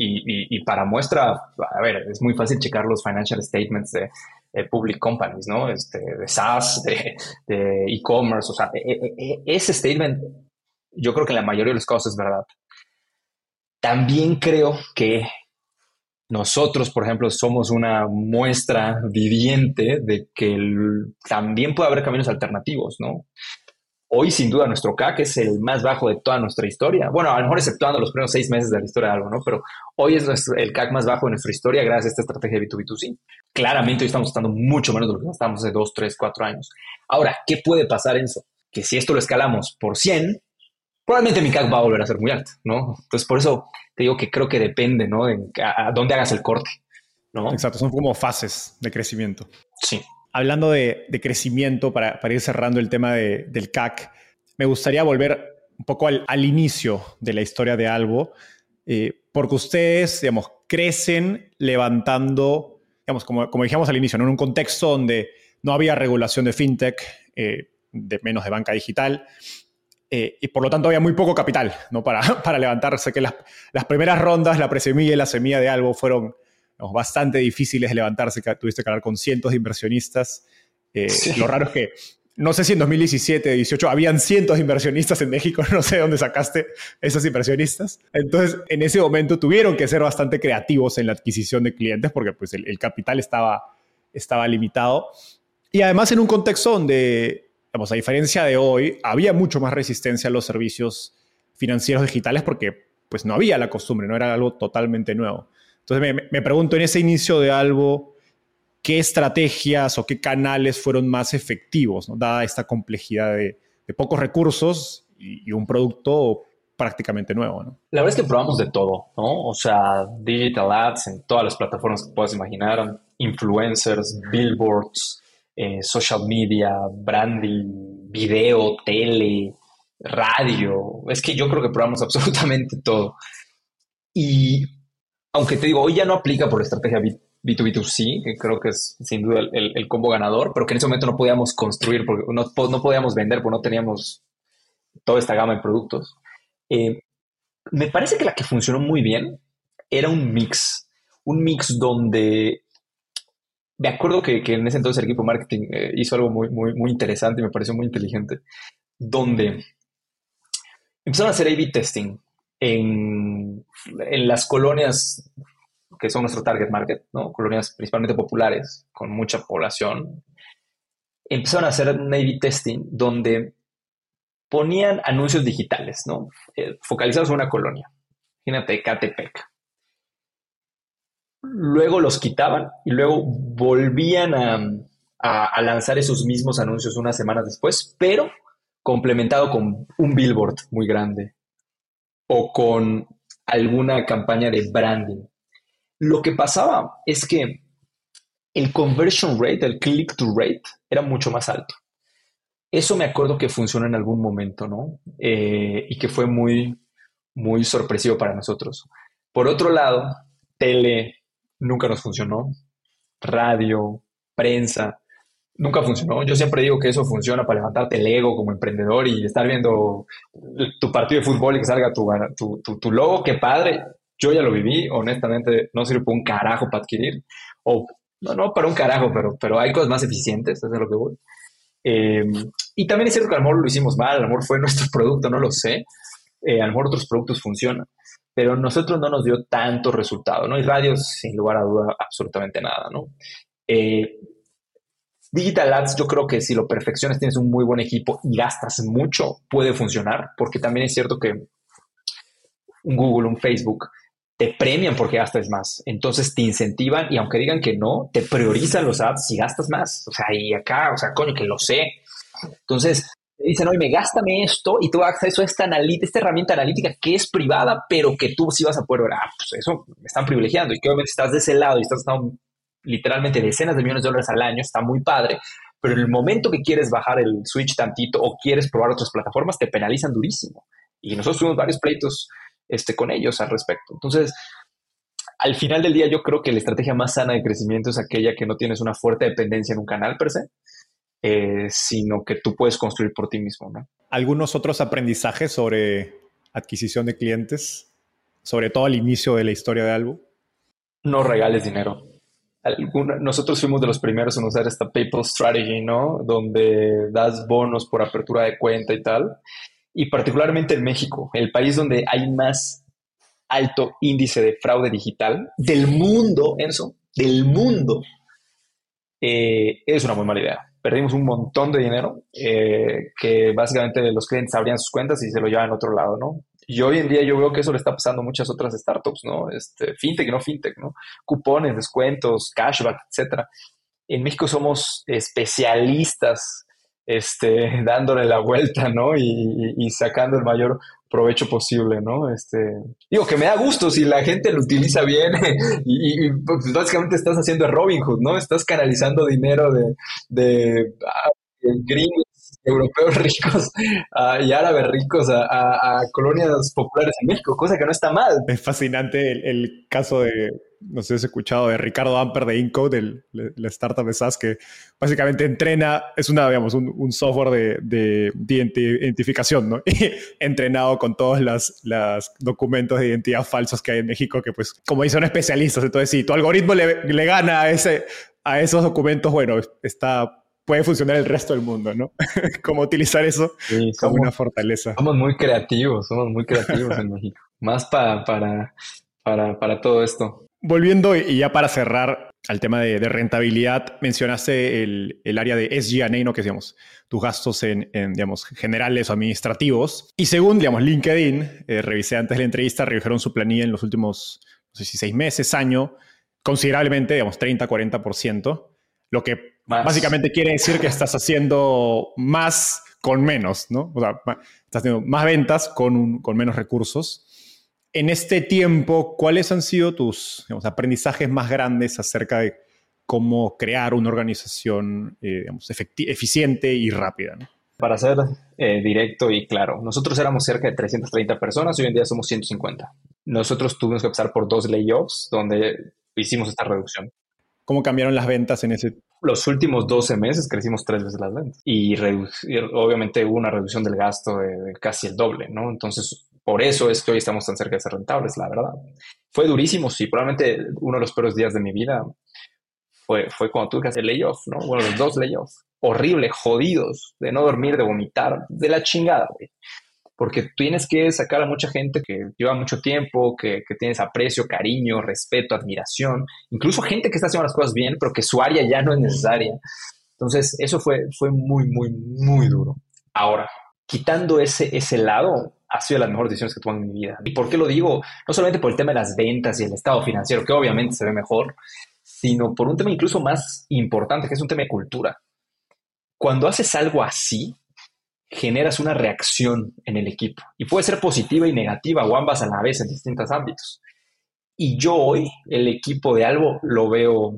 y para muestra, a ver, es muy fácil checar los financial statements de public companies, ¿no? De SaaS, de e-commerce. O sea, ese statement, yo creo que en la mayoría de los casos es verdad. También creo que nosotros, por ejemplo, somos una muestra viviente de que también puede haber caminos alternativos, ¿no? Hoy, sin duda, nuestro CAC es el más bajo de toda nuestra historia. Bueno, a lo mejor exceptuando los primeros 6 meses de la historia de algo, ¿no? Pero hoy es el CAC más bajo de nuestra historia gracias a esta estrategia de B2B2C. Claramente hoy estamos gastando mucho menos de lo que gastamos hace 2, 3, 4 años. Ahora, ¿qué puede pasar en eso? Que si esto lo escalamos por 100, probablemente mi CAC va a volver a ser muy alto, ¿no? Entonces, por eso te digo que creo que depende, ¿no? De a dónde hagas el corte, ¿no? Exacto, son como fases de crecimiento. Sí. Hablando de crecimiento, para ir cerrando el tema del CAC, me gustaría volver un poco al inicio de la historia de Albo, porque ustedes, digamos, crecen levantando, digamos, como dijimos al inicio, ¿no? En un contexto donde no había regulación de fintech, de menos de banca digital, y por lo tanto había muy poco capital, ¿no? para levantarse, que las primeras rondas, la presemilla y la semilla de Albo fueron bastante difíciles de levantarse, tuviste que hablar con cientos de inversionistas. Sí. Lo raro es que, no sé si en 2017, 2018, habían cientos de inversionistas en México, no sé de dónde sacaste esos inversionistas. Entonces, en ese momento tuvieron que ser bastante creativos en la adquisición de clientes porque pues, el capital estaba limitado. Y además en un contexto donde, digamos, a diferencia de hoy, había mucho más resistencia a los servicios financieros digitales porque pues, no había la costumbre, no era algo totalmente nuevo. Entonces me pregunto, en ese inicio de Albo, ¿qué estrategias o qué canales fueron más efectivos, ¿no? Dada esta complejidad de pocos recursos y un producto prácticamente nuevo, ¿no? La verdad es que probamos de todo, ¿no? O sea, digital ads en todas las plataformas que puedas imaginar, influencers, billboards, social media, branding, video, tele, radio. Es que yo creo que probamos absolutamente todo. Y aunque te digo, hoy ya no aplica por la estrategia B2B2C, que creo que es sin duda el combo ganador, pero que en ese momento no podíamos construir, porque no podíamos vender, porque no teníamos toda esta gama de productos. Me parece que la que funcionó muy bien era un mix donde me acuerdo que en ese entonces el equipo de marketing hizo algo muy, muy, muy interesante y me pareció muy inteligente, donde empezaron a hacer A/B testing en las colonias que son nuestro target market, ¿no? Colonias principalmente populares, con mucha población. Empezaron a hacer un A/B testing donde ponían anuncios digitales, ¿no? Focalizados en una colonia. Imagínate, Catepec. Luego los quitaban y luego volvían a lanzar esos mismos anuncios unas semanas después, pero complementado con un billboard muy grande o con alguna campaña de branding. Lo que pasaba es que el conversion rate, el click-to rate, era mucho más alto. Eso me acuerdo que funcionó en algún momento, ¿no? Y que fue muy, muy sorpresivo para nosotros. Por otro lado, tele nunca nos funcionó. Radio, prensa, nunca funcionó. Yo siempre digo que eso funciona para levantarte el ego como emprendedor y estar viendo tu partido de fútbol y que salga tu logo. ¡Qué padre! Yo ya lo viví, honestamente, no sirve para un carajo para adquirir. O no para un carajo, pero hay cosas más eficientes, eso es lo que voy. Y también es cierto que a lo mejor lo hicimos mal, a lo mejor fue nuestro producto, no lo sé. A lo mejor otros productos funcionan, pero nosotros no nos dio tanto resultado, ¿no? Y radios, sin lugar a duda, absolutamente nada, ¿no? Digital Ads, yo creo que si lo perfeccionas, tienes un muy buen equipo y gastas mucho, puede funcionar, porque también es cierto que un Google, un Facebook, te premian porque gastas más. Entonces te incentivan y aunque digan que no, te priorizan los ads si gastas más. O sea, y acá, o sea, coño, que lo sé. Entonces te dicen, oye, gástame esto y tú vas a acceso a esta herramienta analítica que es privada, pero que tú sí vas a poder ver. Pues eso me están privilegiando y que obviamente estás de ese lado y estás dando literalmente decenas de millones de dólares al año, está muy padre. Pero en el momento que quieres bajar el switch tantito o quieres probar otras plataformas, te penalizan durísimo. Y nosotros tuvimos varios pleitos con ellos al respecto. Entonces, al final del día, yo creo que la estrategia más sana de crecimiento es aquella que no tienes una fuerte dependencia en un canal per se, sino que tú puedes construir por ti mismo, ¿no? ¿Algunos otros aprendizajes sobre adquisición de clientes? Sobre todo al inicio de la historia de Albo. No regales dinero. Nosotros fuimos de los primeros en usar esta PayPal strategy, ¿no? Donde das bonos por apertura de cuenta y tal. Y particularmente en México, el país donde hay más alto índice de fraude digital del mundo, Enzo, del mundo, es una muy mala idea. perdimos un montón de dinero, que básicamente los clientes abrían sus cuentas y se lo llevaban a otro lado, ¿no? Y hoy en día yo veo que eso le está pasando a muchas otras startups, ¿no? Fintech, no fintech, ¿no? Cupones, descuentos, cashback, etcétera. En México somos especialistas, dándole la vuelta, ¿no? Y sacando el mayor provecho posible, ¿no? Digo que me da gusto si la gente lo utiliza bien y pues básicamente estás haciendo Robin Hood, ¿no? Estás canalizando dinero de gringos europeos ricos y árabes ricos a colonias populares en México, cosa que no está mal. Es fascinante el caso de, no sé si has escuchado, de Ricardo Amper de Incode, la startup de SaaS, que básicamente entrena, es digamos, un software de identificación, ¿no? Entrenado con todos los documentos de identidad falsos que hay en México, que pues, como dicen, son especialistas. Entonces, si tu algoritmo le gana a esos documentos, bueno, puede funcionar el resto del mundo, ¿no? Cómo utilizar eso como una fortaleza. Somos muy creativos en México. Más para todo esto. Volviendo y ya para cerrar al tema de rentabilidad, mencionaste el área de SG&A, ¿no? Que es, digamos, tus gastos en, digamos, generales o administrativos. Y según, digamos, LinkedIn, revisé antes de la entrevista, revisaron su planilla en los últimos, no sé si 6 meses, año, considerablemente, digamos, 30-40%, lo que básicamente quiere decir que estás haciendo más con menos, ¿no? O sea, estás haciendo más ventas con menos recursos. En este tiempo, ¿cuáles han sido tus, digamos, aprendizajes más grandes acerca de cómo crear una organización digamos, eficiente y rápida, ¿no? Para ser directo y claro, nosotros éramos cerca de 330 personas, hoy en día somos 150. Nosotros tuvimos que pasar por 2 layoffs donde hicimos esta reducción. ¿Cómo cambiaron las ventas en ese? Los últimos 12 meses crecimos 3 veces las ventas y obviamente hubo una reducción del gasto de casi el doble, ¿no? Entonces, por eso es que hoy estamos tan cerca de ser rentables, la verdad. Fue durísimo, sí, probablemente uno de los peores días de mi vida fue cuando tuve que hacer layoff, ¿no? Bueno, los 2 layoffs. Horrible, jodidos, de no dormir, de vomitar, de la chingada, güey. Porque tienes que sacar a mucha gente que lleva mucho tiempo, que tienes aprecio, cariño, respeto, admiración, incluso gente que está haciendo las cosas bien, pero que su área ya no es necesaria. Entonces, eso fue muy, muy, muy duro. Ahora, quitando ese lado, ha sido de las mejores decisiones que he tomado en mi vida. ¿Y por qué lo digo? No solamente por el tema de las ventas y el estado financiero, que obviamente se ve mejor, sino por un tema incluso más importante, que es un tema de cultura. Cuando haces algo así, generas una reacción en el equipo y puede ser positiva y negativa o ambas a la vez en distintos ámbitos. Y yo hoy el equipo de Albo lo veo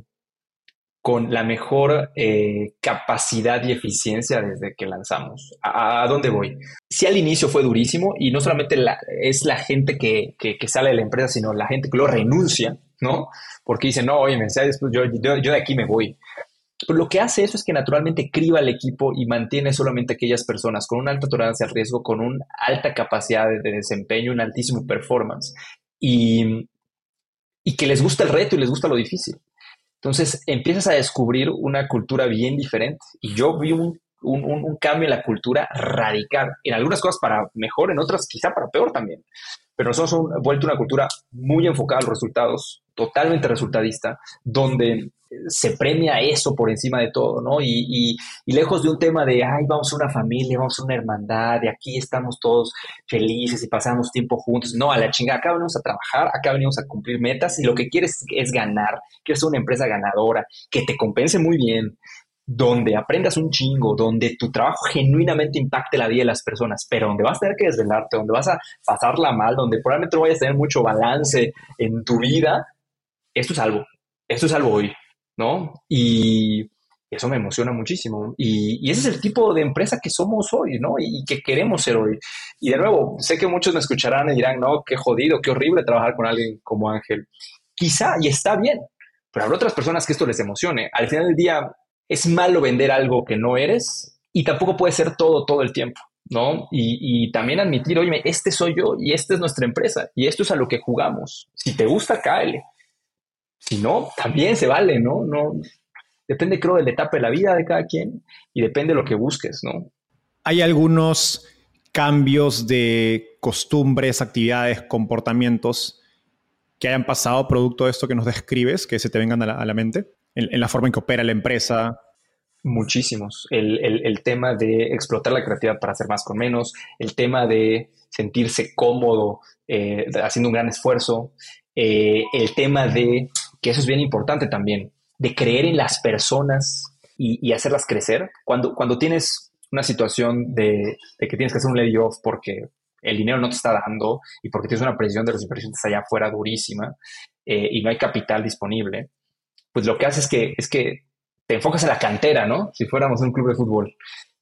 con la mejor capacidad y eficiencia desde que lanzamos. ¿A dónde voy? Sí, al inicio fue durísimo y no solamente es la gente que sale de la empresa, sino la gente que lo renuncia, ¿no? Porque dice, no, oye, yo de aquí me voy. Pero lo que hace eso es que naturalmente criba al equipo y mantiene solamente aquellas personas con una alta tolerancia al riesgo, con una alta capacidad de desempeño, un altísimo performance y que les gusta el reto y les gusta lo difícil. Entonces empiezas a descubrir una cultura bien diferente y yo vi un cambio en la cultura radical, en algunas cosas para mejor, en otras quizá para peor también. Pero nosotros hemos vuelto una cultura muy enfocada a los resultados, totalmente resultadista, donde se premia eso por encima de todo, ¿no? Y lejos de un tema de, ay, vamos a una familia, vamos a una hermandad, de aquí estamos todos felices y pasamos tiempo juntos. No, a la chingada, acá venimos a trabajar, acá venimos a cumplir metas y lo que quieres es ganar, quieres ser una empresa ganadora, que te compense muy bien, donde aprendas un chingo, donde tu trabajo genuinamente impacte la vida de las personas, pero donde vas a tener que desvelarte, donde vas a pasarla mal, donde probablemente no vayas a tener mucho balance en tu vida, esto es algo hoy, ¿no? Y eso me emociona muchísimo. Y ese es el tipo de empresa que somos hoy, ¿no? Y que queremos ser hoy. Y de nuevo, sé que muchos me escucharán y dirán, no, qué jodido, qué horrible trabajar con alguien como Ángel. Quizá, y está bien, pero habrá otras personas que esto les emocione. Al final del día, es malo vender algo que no eres y tampoco puede ser todo el tiempo, ¿no? Y también admitir, oye, este soy yo y esta es nuestra empresa y esto es a lo que jugamos. Si te gusta, cáele. Si no, también se vale, ¿no? Depende, creo, de la etapa de la vida de cada quien y depende de lo que busques, ¿no? ¿Hay algunos cambios de costumbres, actividades, comportamientos que hayan pasado producto de esto que nos describes, que se te vengan a la mente? En la forma en que opera la empresa. Muchísimos. El tema de explotar la creatividad para hacer más con menos, el tema de sentirse cómodo haciendo un gran esfuerzo, el tema de, que eso es bien importante también, de creer en las personas y hacerlas crecer. Cuando tienes una situación de que tienes que hacer un layoff porque el dinero no te está dando y porque tienes una presión de los inversionistas allá afuera durísima y no hay capital disponible, pues lo que hace es que te enfocas en la cantera, ¿no? Si fuéramos un club de fútbol.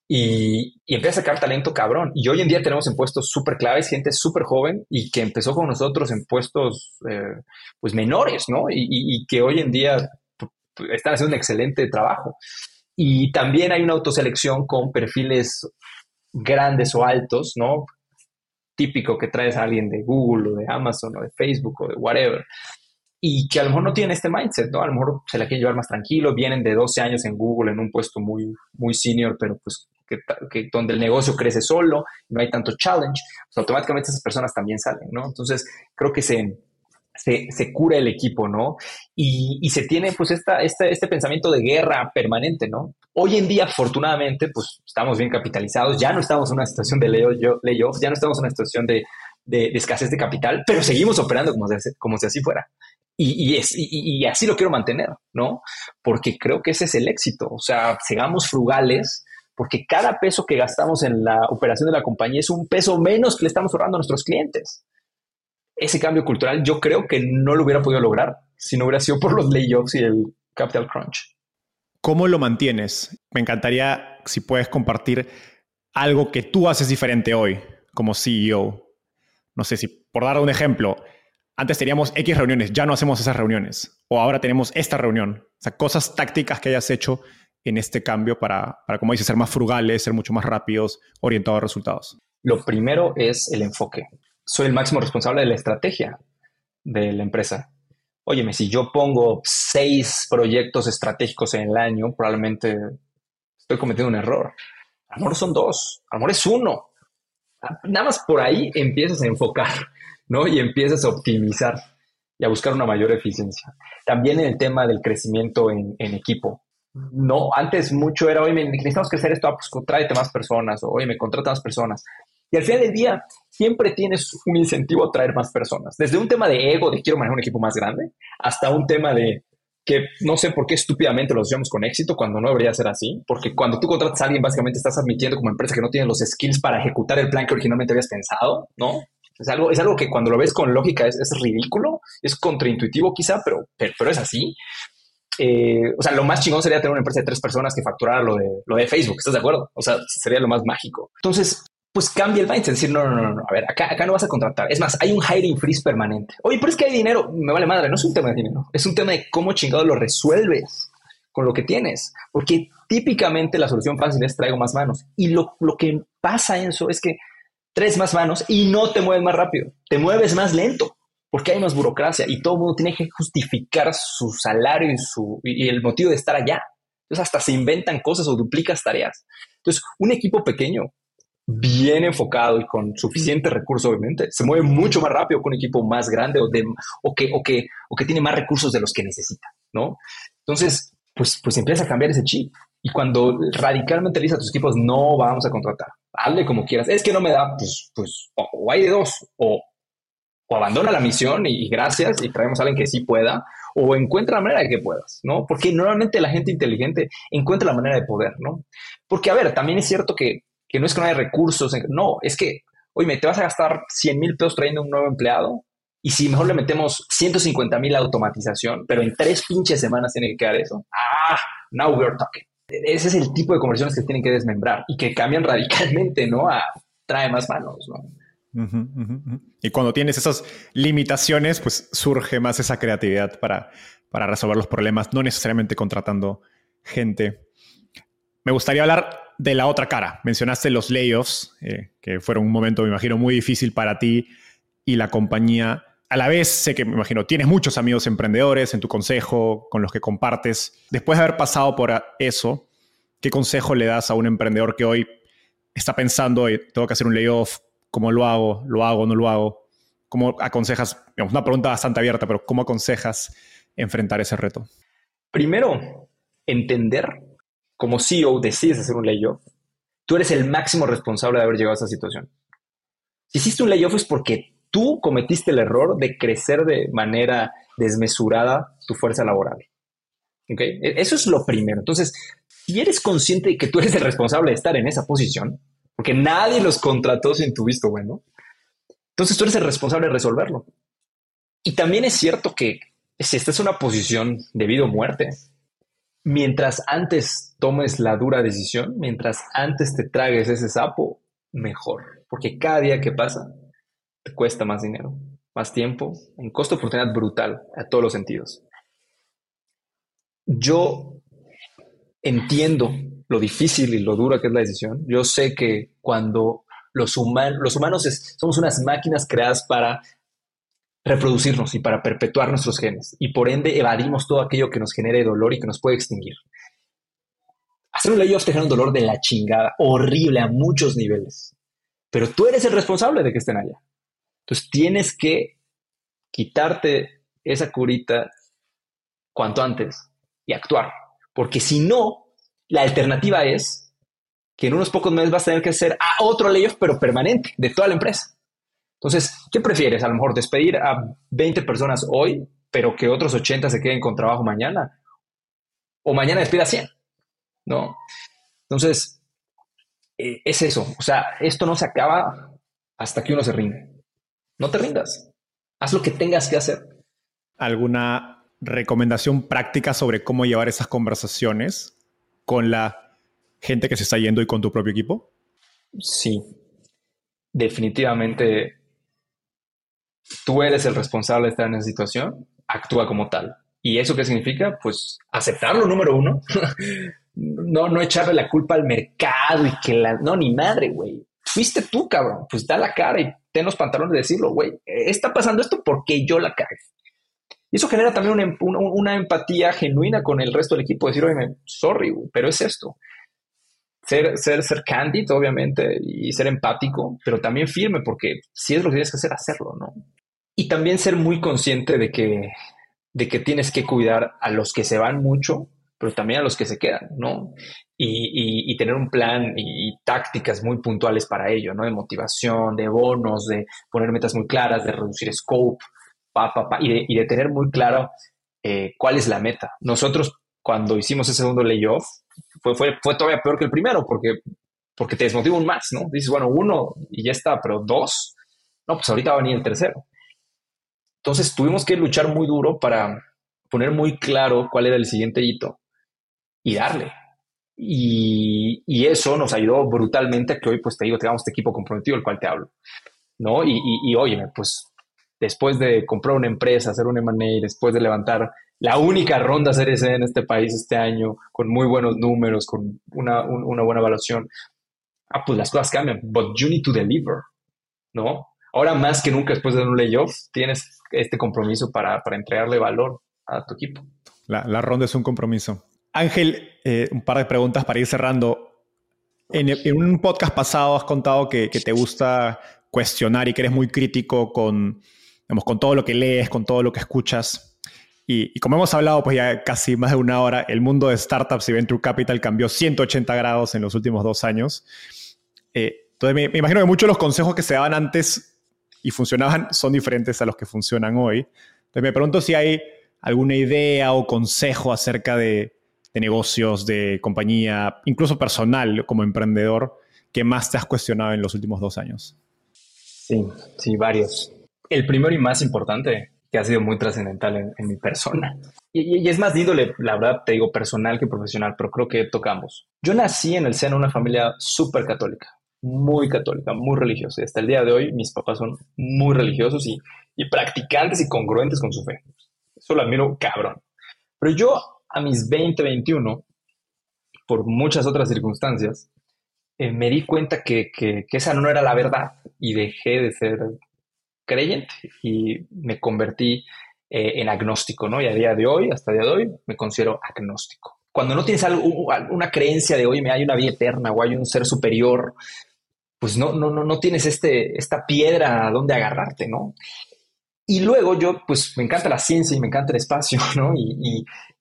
Y empiezas a sacar talento cabrón. Y hoy en día tenemos en puestos súper claves, gente súper joven y que empezó con nosotros en puestos pues menores, ¿no? Y que hoy en día están haciendo un excelente trabajo. Y también hay una autoselección con perfiles grandes o altos, ¿no? Típico que traes a alguien de Google o de Amazon o de Facebook o de whatever. Y que a lo mejor no tienen este mindset, ¿no? A lo mejor se la quieren llevar más tranquilo, vienen de 12 años en Google en un puesto muy, muy senior, pero pues que donde el negocio crece solo, no hay tanto challenge, pues automáticamente esas personas también salen, ¿no? Entonces creo que se cura el equipo, ¿no? Y se tiene pues este pensamiento de guerra permanente, ¿no? Hoy en día, afortunadamente, pues estamos bien capitalizados, ya no estamos en una situación de layoff, ya no estamos en una situación de escasez de capital, pero seguimos operando como si así fuera. Y así lo quiero mantener, ¿no? Porque creo que ese es el éxito. O sea, seamos frugales, porque cada peso que gastamos en la operación de la compañía es un peso menos que le estamos ahorrando a nuestros clientes. Ese cambio cultural yo creo que no lo hubiera podido lograr si no hubiera sido por los layoffs y el capital crunch. ¿Cómo lo mantienes? Me encantaría si puedes compartir algo que tú haces diferente hoy como CEO. No sé si, por dar un ejemplo, antes teníamos X reuniones, ya no hacemos esas reuniones. O ahora tenemos esta reunión. O sea, cosas tácticas que hayas hecho en este cambio para, como dices, ser más frugales, ser mucho más rápidos, orientados a resultados. Lo primero es el enfoque. Soy el máximo responsable de la estrategia de la empresa. Óyeme, si yo pongo 6 proyectos estratégicos en el año, probablemente estoy cometiendo un error. A lo mejor son 2, a lo mejor es 1. Nada más por ahí empiezas a enfocar, ¿no? Y empiezas a optimizar y a buscar una mayor eficiencia. También en el tema del crecimiento en equipo. No, antes mucho era, oye, necesitamos crecer esto, pues tráete más personas, o oye, me contrata más personas. Y al final del día, siempre tienes un incentivo a traer más personas. Desde un tema de ego, de quiero manejar un equipo más grande, hasta un tema de que no sé por qué estúpidamente lo hacemos con éxito cuando no debería ser así, porque cuando tú contratas a alguien, básicamente estás admitiendo como empresa que no tiene los skills para ejecutar el plan que originalmente habías pensado, ¿no? Es algo que cuando lo ves con lógica es ridículo, es contraintuitivo quizá, pero es así. O sea, lo más chingón sería tener una empresa de 3 personas que facturara lo de Facebook, ¿estás de acuerdo? O sea, sería lo más mágico. Entonces, pues cambia el mindset, decir, no, a ver, acá no vas a contratar. Es más, hay un hiring freeze permanente. Oye, pero es que hay dinero, me vale madre, no es un tema de dinero, es un tema de cómo chingado lo resuelves con lo que tienes. Porque típicamente la solución fácil es traigo más manos. Y lo que pasa en eso es que traes más manos y no te mueves más rápido, te mueves más lento. Porque hay más burocracia y todo el mundo tiene que justificar su salario y el motivo de estar allá. Entonces hasta se inventan cosas o duplicas tareas. Entonces un equipo pequeño, bien enfocado y con suficiente recurso, obviamente, se mueve mucho más rápido que un equipo más grande o que tiene más recursos de los que necesita, ¿no? Entonces, pues empieza a cambiar ese chip. Y cuando radicalmente le dices a tus equipos, no vamos a contratar, hazle como quieras. Es que no me da, pues o hay de dos, o abandona la misión y gracias y traemos a alguien que sí pueda, o encuentra la manera de que puedas, ¿no? Porque normalmente la gente inteligente encuentra la manera de poder, ¿no? Porque, a ver, también es cierto que no es que no hay recursos, no, es que, oye, te vas a gastar 100,000 pesos trayendo un nuevo empleado y si mejor le metemos 150,000 a automatización, pero en 3 pinches semanas tiene que quedar eso. Now we're talking. Ese es el tipo de conversiones que tienen que desmembrar y que cambian radicalmente, ¿no? Trae más manos, ¿no? Y cuando tienes esas limitaciones, pues surge más esa creatividad para resolver los problemas, no necesariamente contratando gente. Me gustaría hablar de la otra cara. Mencionaste los layoffs, que fueron un momento, me imagino, muy difícil para ti y la compañía. A la vez, sé que, me imagino, tienes muchos amigos emprendedores en tu consejo, con los que compartes. Después de haber pasado por eso, ¿qué consejo le das a un emprendedor que hoy está pensando, tengo que hacer un layoff? ¿Cómo lo hago? ¿Lo hago? ¿No lo hago? ¿Cómo aconsejas? Digamos, una pregunta bastante abierta, pero ¿cómo aconsejas enfrentar ese reto? Primero, entender como CEO decides hacer un layoff, tú eres el máximo responsable de haber llegado a esa situación. Si hiciste un layoff es porque tú cometiste el error de crecer de manera desmesurada tu fuerza laboral. ¿Okay? Eso es lo primero. Entonces, si eres consciente de que tú eres el responsable de estar en esa posición, porque nadie los contrató sin tu visto bueno, entonces tú eres el responsable de resolverlo. Y también es cierto que si esta es una posición de vida o muerte, mientras antes tomes la dura decisión, mientras antes te tragues ese sapo, mejor. Porque cada día que pasa te cuesta más dinero, más tiempo, en costo de oportunidad brutal a todos los sentidos. Yo entiendo lo difícil y lo duro que es la decisión. Yo sé que cuando los humanos somos unas máquinas creadas para reproducirnos y para perpetuar nuestros genes, y por ende evadimos todo aquello que nos genere dolor y que nos puede extinguir. Hacer un layoff te genera un dolor de la chingada, horrible a muchos niveles, pero tú eres el responsable de que estén allá. Entonces tienes que quitarte esa curita cuanto antes y actuar, porque si no, la alternativa es que en unos pocos meses vas a tener que hacer otro layoff, pero permanente, de toda la empresa. Entonces, ¿qué prefieres? A lo mejor despedir a 20 personas hoy, pero que otros 80 se queden con trabajo mañana. O mañana despida a 100, ¿no? Entonces, es eso. O sea, esto no se acaba hasta que uno se rinde. No te rindas. Haz lo que tengas que hacer. ¿Alguna recomendación práctica sobre cómo llevar esas conversaciones con la gente que se está yendo y con tu propio equipo? Sí, definitivamente. Tú eres el responsable de estar en esa situación, actúa como tal. ¿Y eso qué significa? Pues aceptarlo, número uno. No echarle la culpa al mercado y que no, ni madre, güey. Fuiste tú, cabrón. Pues da la cara y ten los pantalones de decirlo, güey. Está pasando esto porque yo la cagué. Y eso genera también una empatía genuina con el resto del equipo. Decir, oye, sorry, güey, pero es esto. Ser candid, obviamente, y ser empático, pero también firme, porque si es lo que tienes que hacer, hacerlo, ¿no? Y también ser muy consciente de que tienes que cuidar a los que se van mucho, pero también a los que se quedan, ¿no? Y tener un plan y tácticas muy puntuales para ello, ¿no? De motivación, de bonos, de poner metas muy claras, de reducir scope, y de tener muy claro cuál es la meta. Nosotros, cuando hicimos ese segundo layoff, fue todavía peor que el primero, porque te desmotiva aún más, ¿no? Dices, bueno, 1 y ya está, pero 2, no, pues ahorita va a venir el tercero. Entonces tuvimos que luchar muy duro para poner muy claro cuál era el siguiente hito y darle. Y eso nos ayudó brutalmente a que hoy, pues te digo, tengamos este equipo comprometido, el cual te hablo, ¿no? Y óyeme, pues después de comprar una empresa, hacer un M&A, después de levantar la única ronda Series C en este país este año, con muy buenos números, con una buena evaluación, pues las cosas cambian, but you need to deliver, ¿no? Ahora más que nunca, después de un layoff, tienes este compromiso para entregarle valor a tu equipo. La ronda es un compromiso. Ángel, un par de preguntas para ir cerrando. En un podcast pasado has contado que te gusta cuestionar y que eres muy crítico con todo lo que lees, con todo lo que escuchas. Y como hemos hablado pues ya casi más de una hora, el mundo de startups y venture capital cambió 180 grados en los últimos 2 años. Entonces me imagino que muchos de los consejos que se daban antes y funcionaban son diferentes a los que funcionan hoy. Entonces me pregunto si hay alguna idea o consejo acerca de negocios, de compañía, incluso personal como emprendedor, que más te has cuestionado en los últimos 2 años. Sí, varios. El primero y más importante, que ha sido muy trascendental en mi persona. Y es más de índole, la verdad, te digo, personal que profesional, pero creo que tocamos. Yo nací en el seno de una familia súper católica, muy religiosa. Y hasta el día de hoy, mis papás son muy religiosos y practicantes y congruentes con su fe. Eso lo admiro cabrón. Pero yo, a mis 21, por muchas otras circunstancias, me di cuenta que esa no era la verdad y dejé de ser creyente y me convertí en agnóstico, ¿no? Y hasta el día de hoy, me considero agnóstico. Cuando no tienes una creencia de, oye, hay una vida eterna o hay un ser superior, pues no tienes esta piedra a donde agarrarte, ¿no? Y luego yo, pues me encanta la ciencia y me encanta el espacio, ¿no?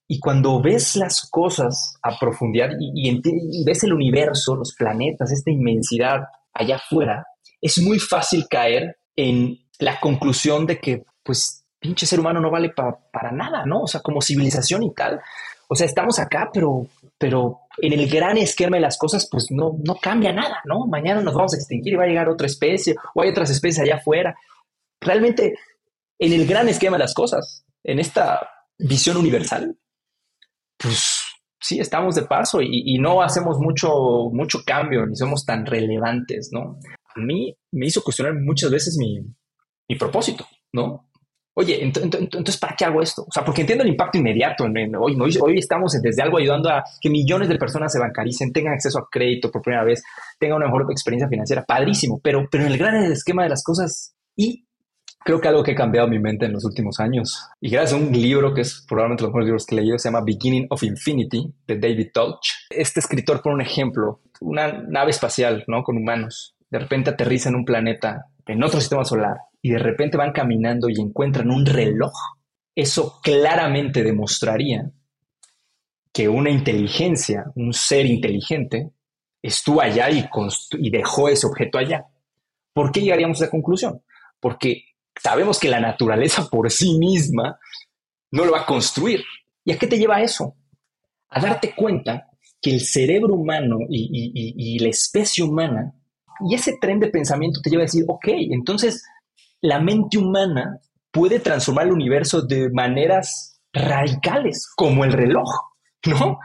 Y cuando ves las cosas a profundidad y ves el universo, los planetas, esta inmensidad allá afuera, es muy fácil caer en la conclusión de que, pues, pinche ser humano no vale para nada, ¿no? O sea, como civilización y tal. O sea, estamos acá, pero en el gran esquema de las cosas, pues no cambia nada, ¿no? Mañana nos vamos a extinguir y va a llegar otra especie o hay otras especies allá afuera. Realmente, en el gran esquema de las cosas, en esta visión universal, pues sí, estamos de paso y no hacemos mucho cambio, ni somos tan relevantes, ¿no? A mí me hizo cuestionar muchas veces mi propósito, ¿no? Oye, entonces, ¿para qué hago esto? O sea, porque entiendo el impacto inmediato. Hoy estamos desde algo ayudando a que millones de personas se bancaricen, tengan acceso a crédito por primera vez, tengan una mejor experiencia financiera. Padrísimo, pero en el gran esquema de las cosas. Y creo que algo que ha cambiado mi mente en los últimos años, y gracias a un libro que es probablemente los mejores libros que he leído, se llama Beginning of Infinity, de David Deutsch. Este escritor pone un ejemplo, una nave espacial, ¿no? Con humanos. De repente aterriza en un planeta, en otro sistema solar, y de repente van caminando y encuentran un reloj. Eso claramente demostraría que una inteligencia, un ser inteligente, estuvo allá y dejó ese objeto allá. ¿Por qué llegaríamos a esa conclusión? Porque sabemos que la naturaleza por sí misma no lo va a construir. ¿Y a qué te lleva eso? A darte cuenta que el cerebro humano y la especie humana, y ese tren de pensamiento te lleva a decir, ok, entonces la mente humana puede transformar el universo de maneras radicales, como el reloj, ¿no?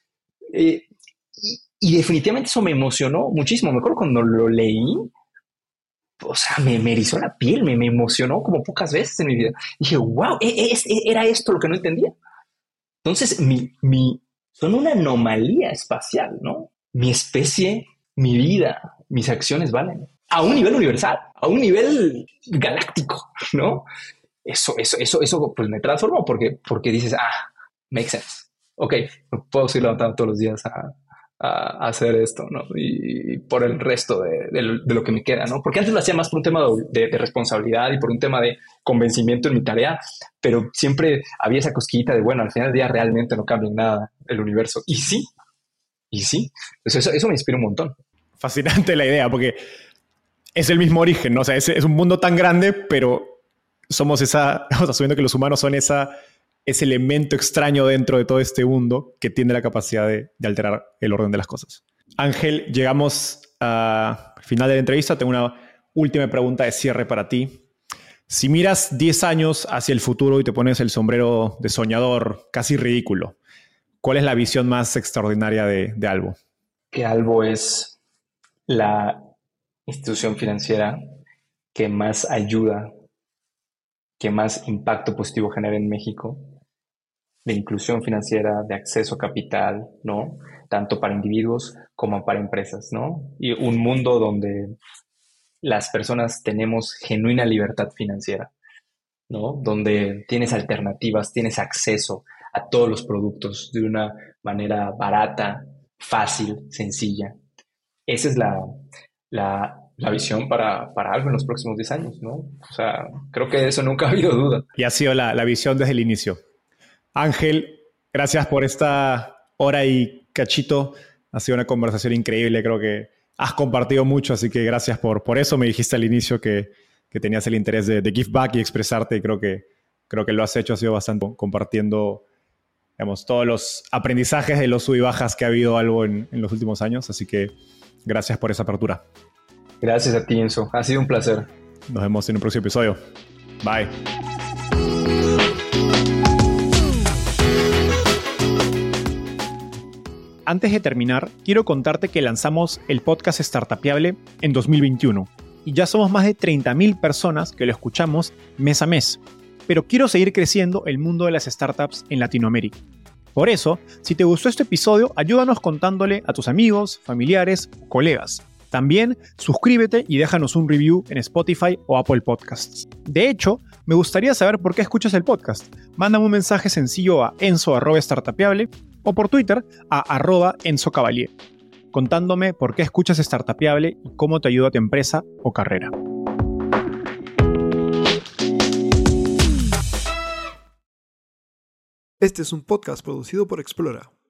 Y definitivamente eso me emocionó muchísimo. Me acuerdo cuando lo leí, o sea, me erizó la piel, me emocionó como pocas veces en mi vida. Dije, wow, era esto lo que no entendía. Entonces, son una anomalía espacial, ¿no? Mi especie, mi vida, mis acciones valen. A un nivel universal, a un nivel galáctico, ¿no? Eso pues me transformó porque dices, makes sense. Ok, no puedo seguir levantando todos los días a hacer esto, ¿no? Y por el resto de lo que me queda, ¿no? Porque antes lo hacía más por un tema de responsabilidad y por un tema de convencimiento en mi tarea, pero siempre había esa cosquillita de, bueno, al final del día realmente no cambia en nada el universo. Y sí. Entonces eso me inspira un montón. Fascinante la idea, porque es el mismo origen, ¿no? O sea, es un mundo tan grande, pero somos asumiendo que los humanos son ese elemento extraño dentro de todo este mundo que tiene la capacidad de alterar el orden de las cosas. Ángel, llegamos al final de la entrevista. Tengo una última pregunta de cierre para ti. Si miras 10 años hacia el futuro y te pones el sombrero de soñador casi ridículo, ¿cuál es la visión más extraordinaria de Albo? Que Albo es la institución financiera que más ayuda, que más impacto positivo genera en México, de inclusión financiera, de acceso a capital, ¿no? Tanto para individuos como para empresas, ¿no? Y un mundo donde las personas tenemos genuina libertad financiera, ¿no? Donde tienes alternativas, tienes acceso a todos los productos de una manera barata, fácil, sencilla. Esa es la visión para algo en los próximos 10 años, ¿no? O sea, creo que de eso nunca ha habido duda. Y ha sido la visión desde el inicio. Ángel, gracias por esta hora y cachito. Ha sido una conversación increíble. Creo que has compartido mucho, así que gracias por eso. Me dijiste al inicio que tenías el interés de give back y expresarte, y creo que lo has hecho. Ha sido bastante compartiendo, digamos, todos los aprendizajes de los sub y bajas que ha habido algo en los últimos años. Así que gracias por esa apertura. Gracias a ti, Enzo. Ha sido un placer. Nos vemos en un próximo episodio. Bye. Antes de terminar, quiero contarte que lanzamos el podcast Startupiable en 2021 y ya somos más de 30.000 personas que lo escuchamos mes a mes. Pero quiero seguir creciendo el mundo de las startups en Latinoamérica. Por eso, si te gustó este episodio, ayúdanos contándole a tus amigos, familiares o colegas. También suscríbete y déjanos un review en Spotify o Apple Podcasts. De hecho, me gustaría saber por qué escuchas el podcast. Mándame un mensaje sencillo a enzo@startupiable o por Twitter a @EnzoCavalier, contándome por qué escuchas Startupiable y cómo te ayuda a tu empresa o carrera. Este es un podcast producido por Explora.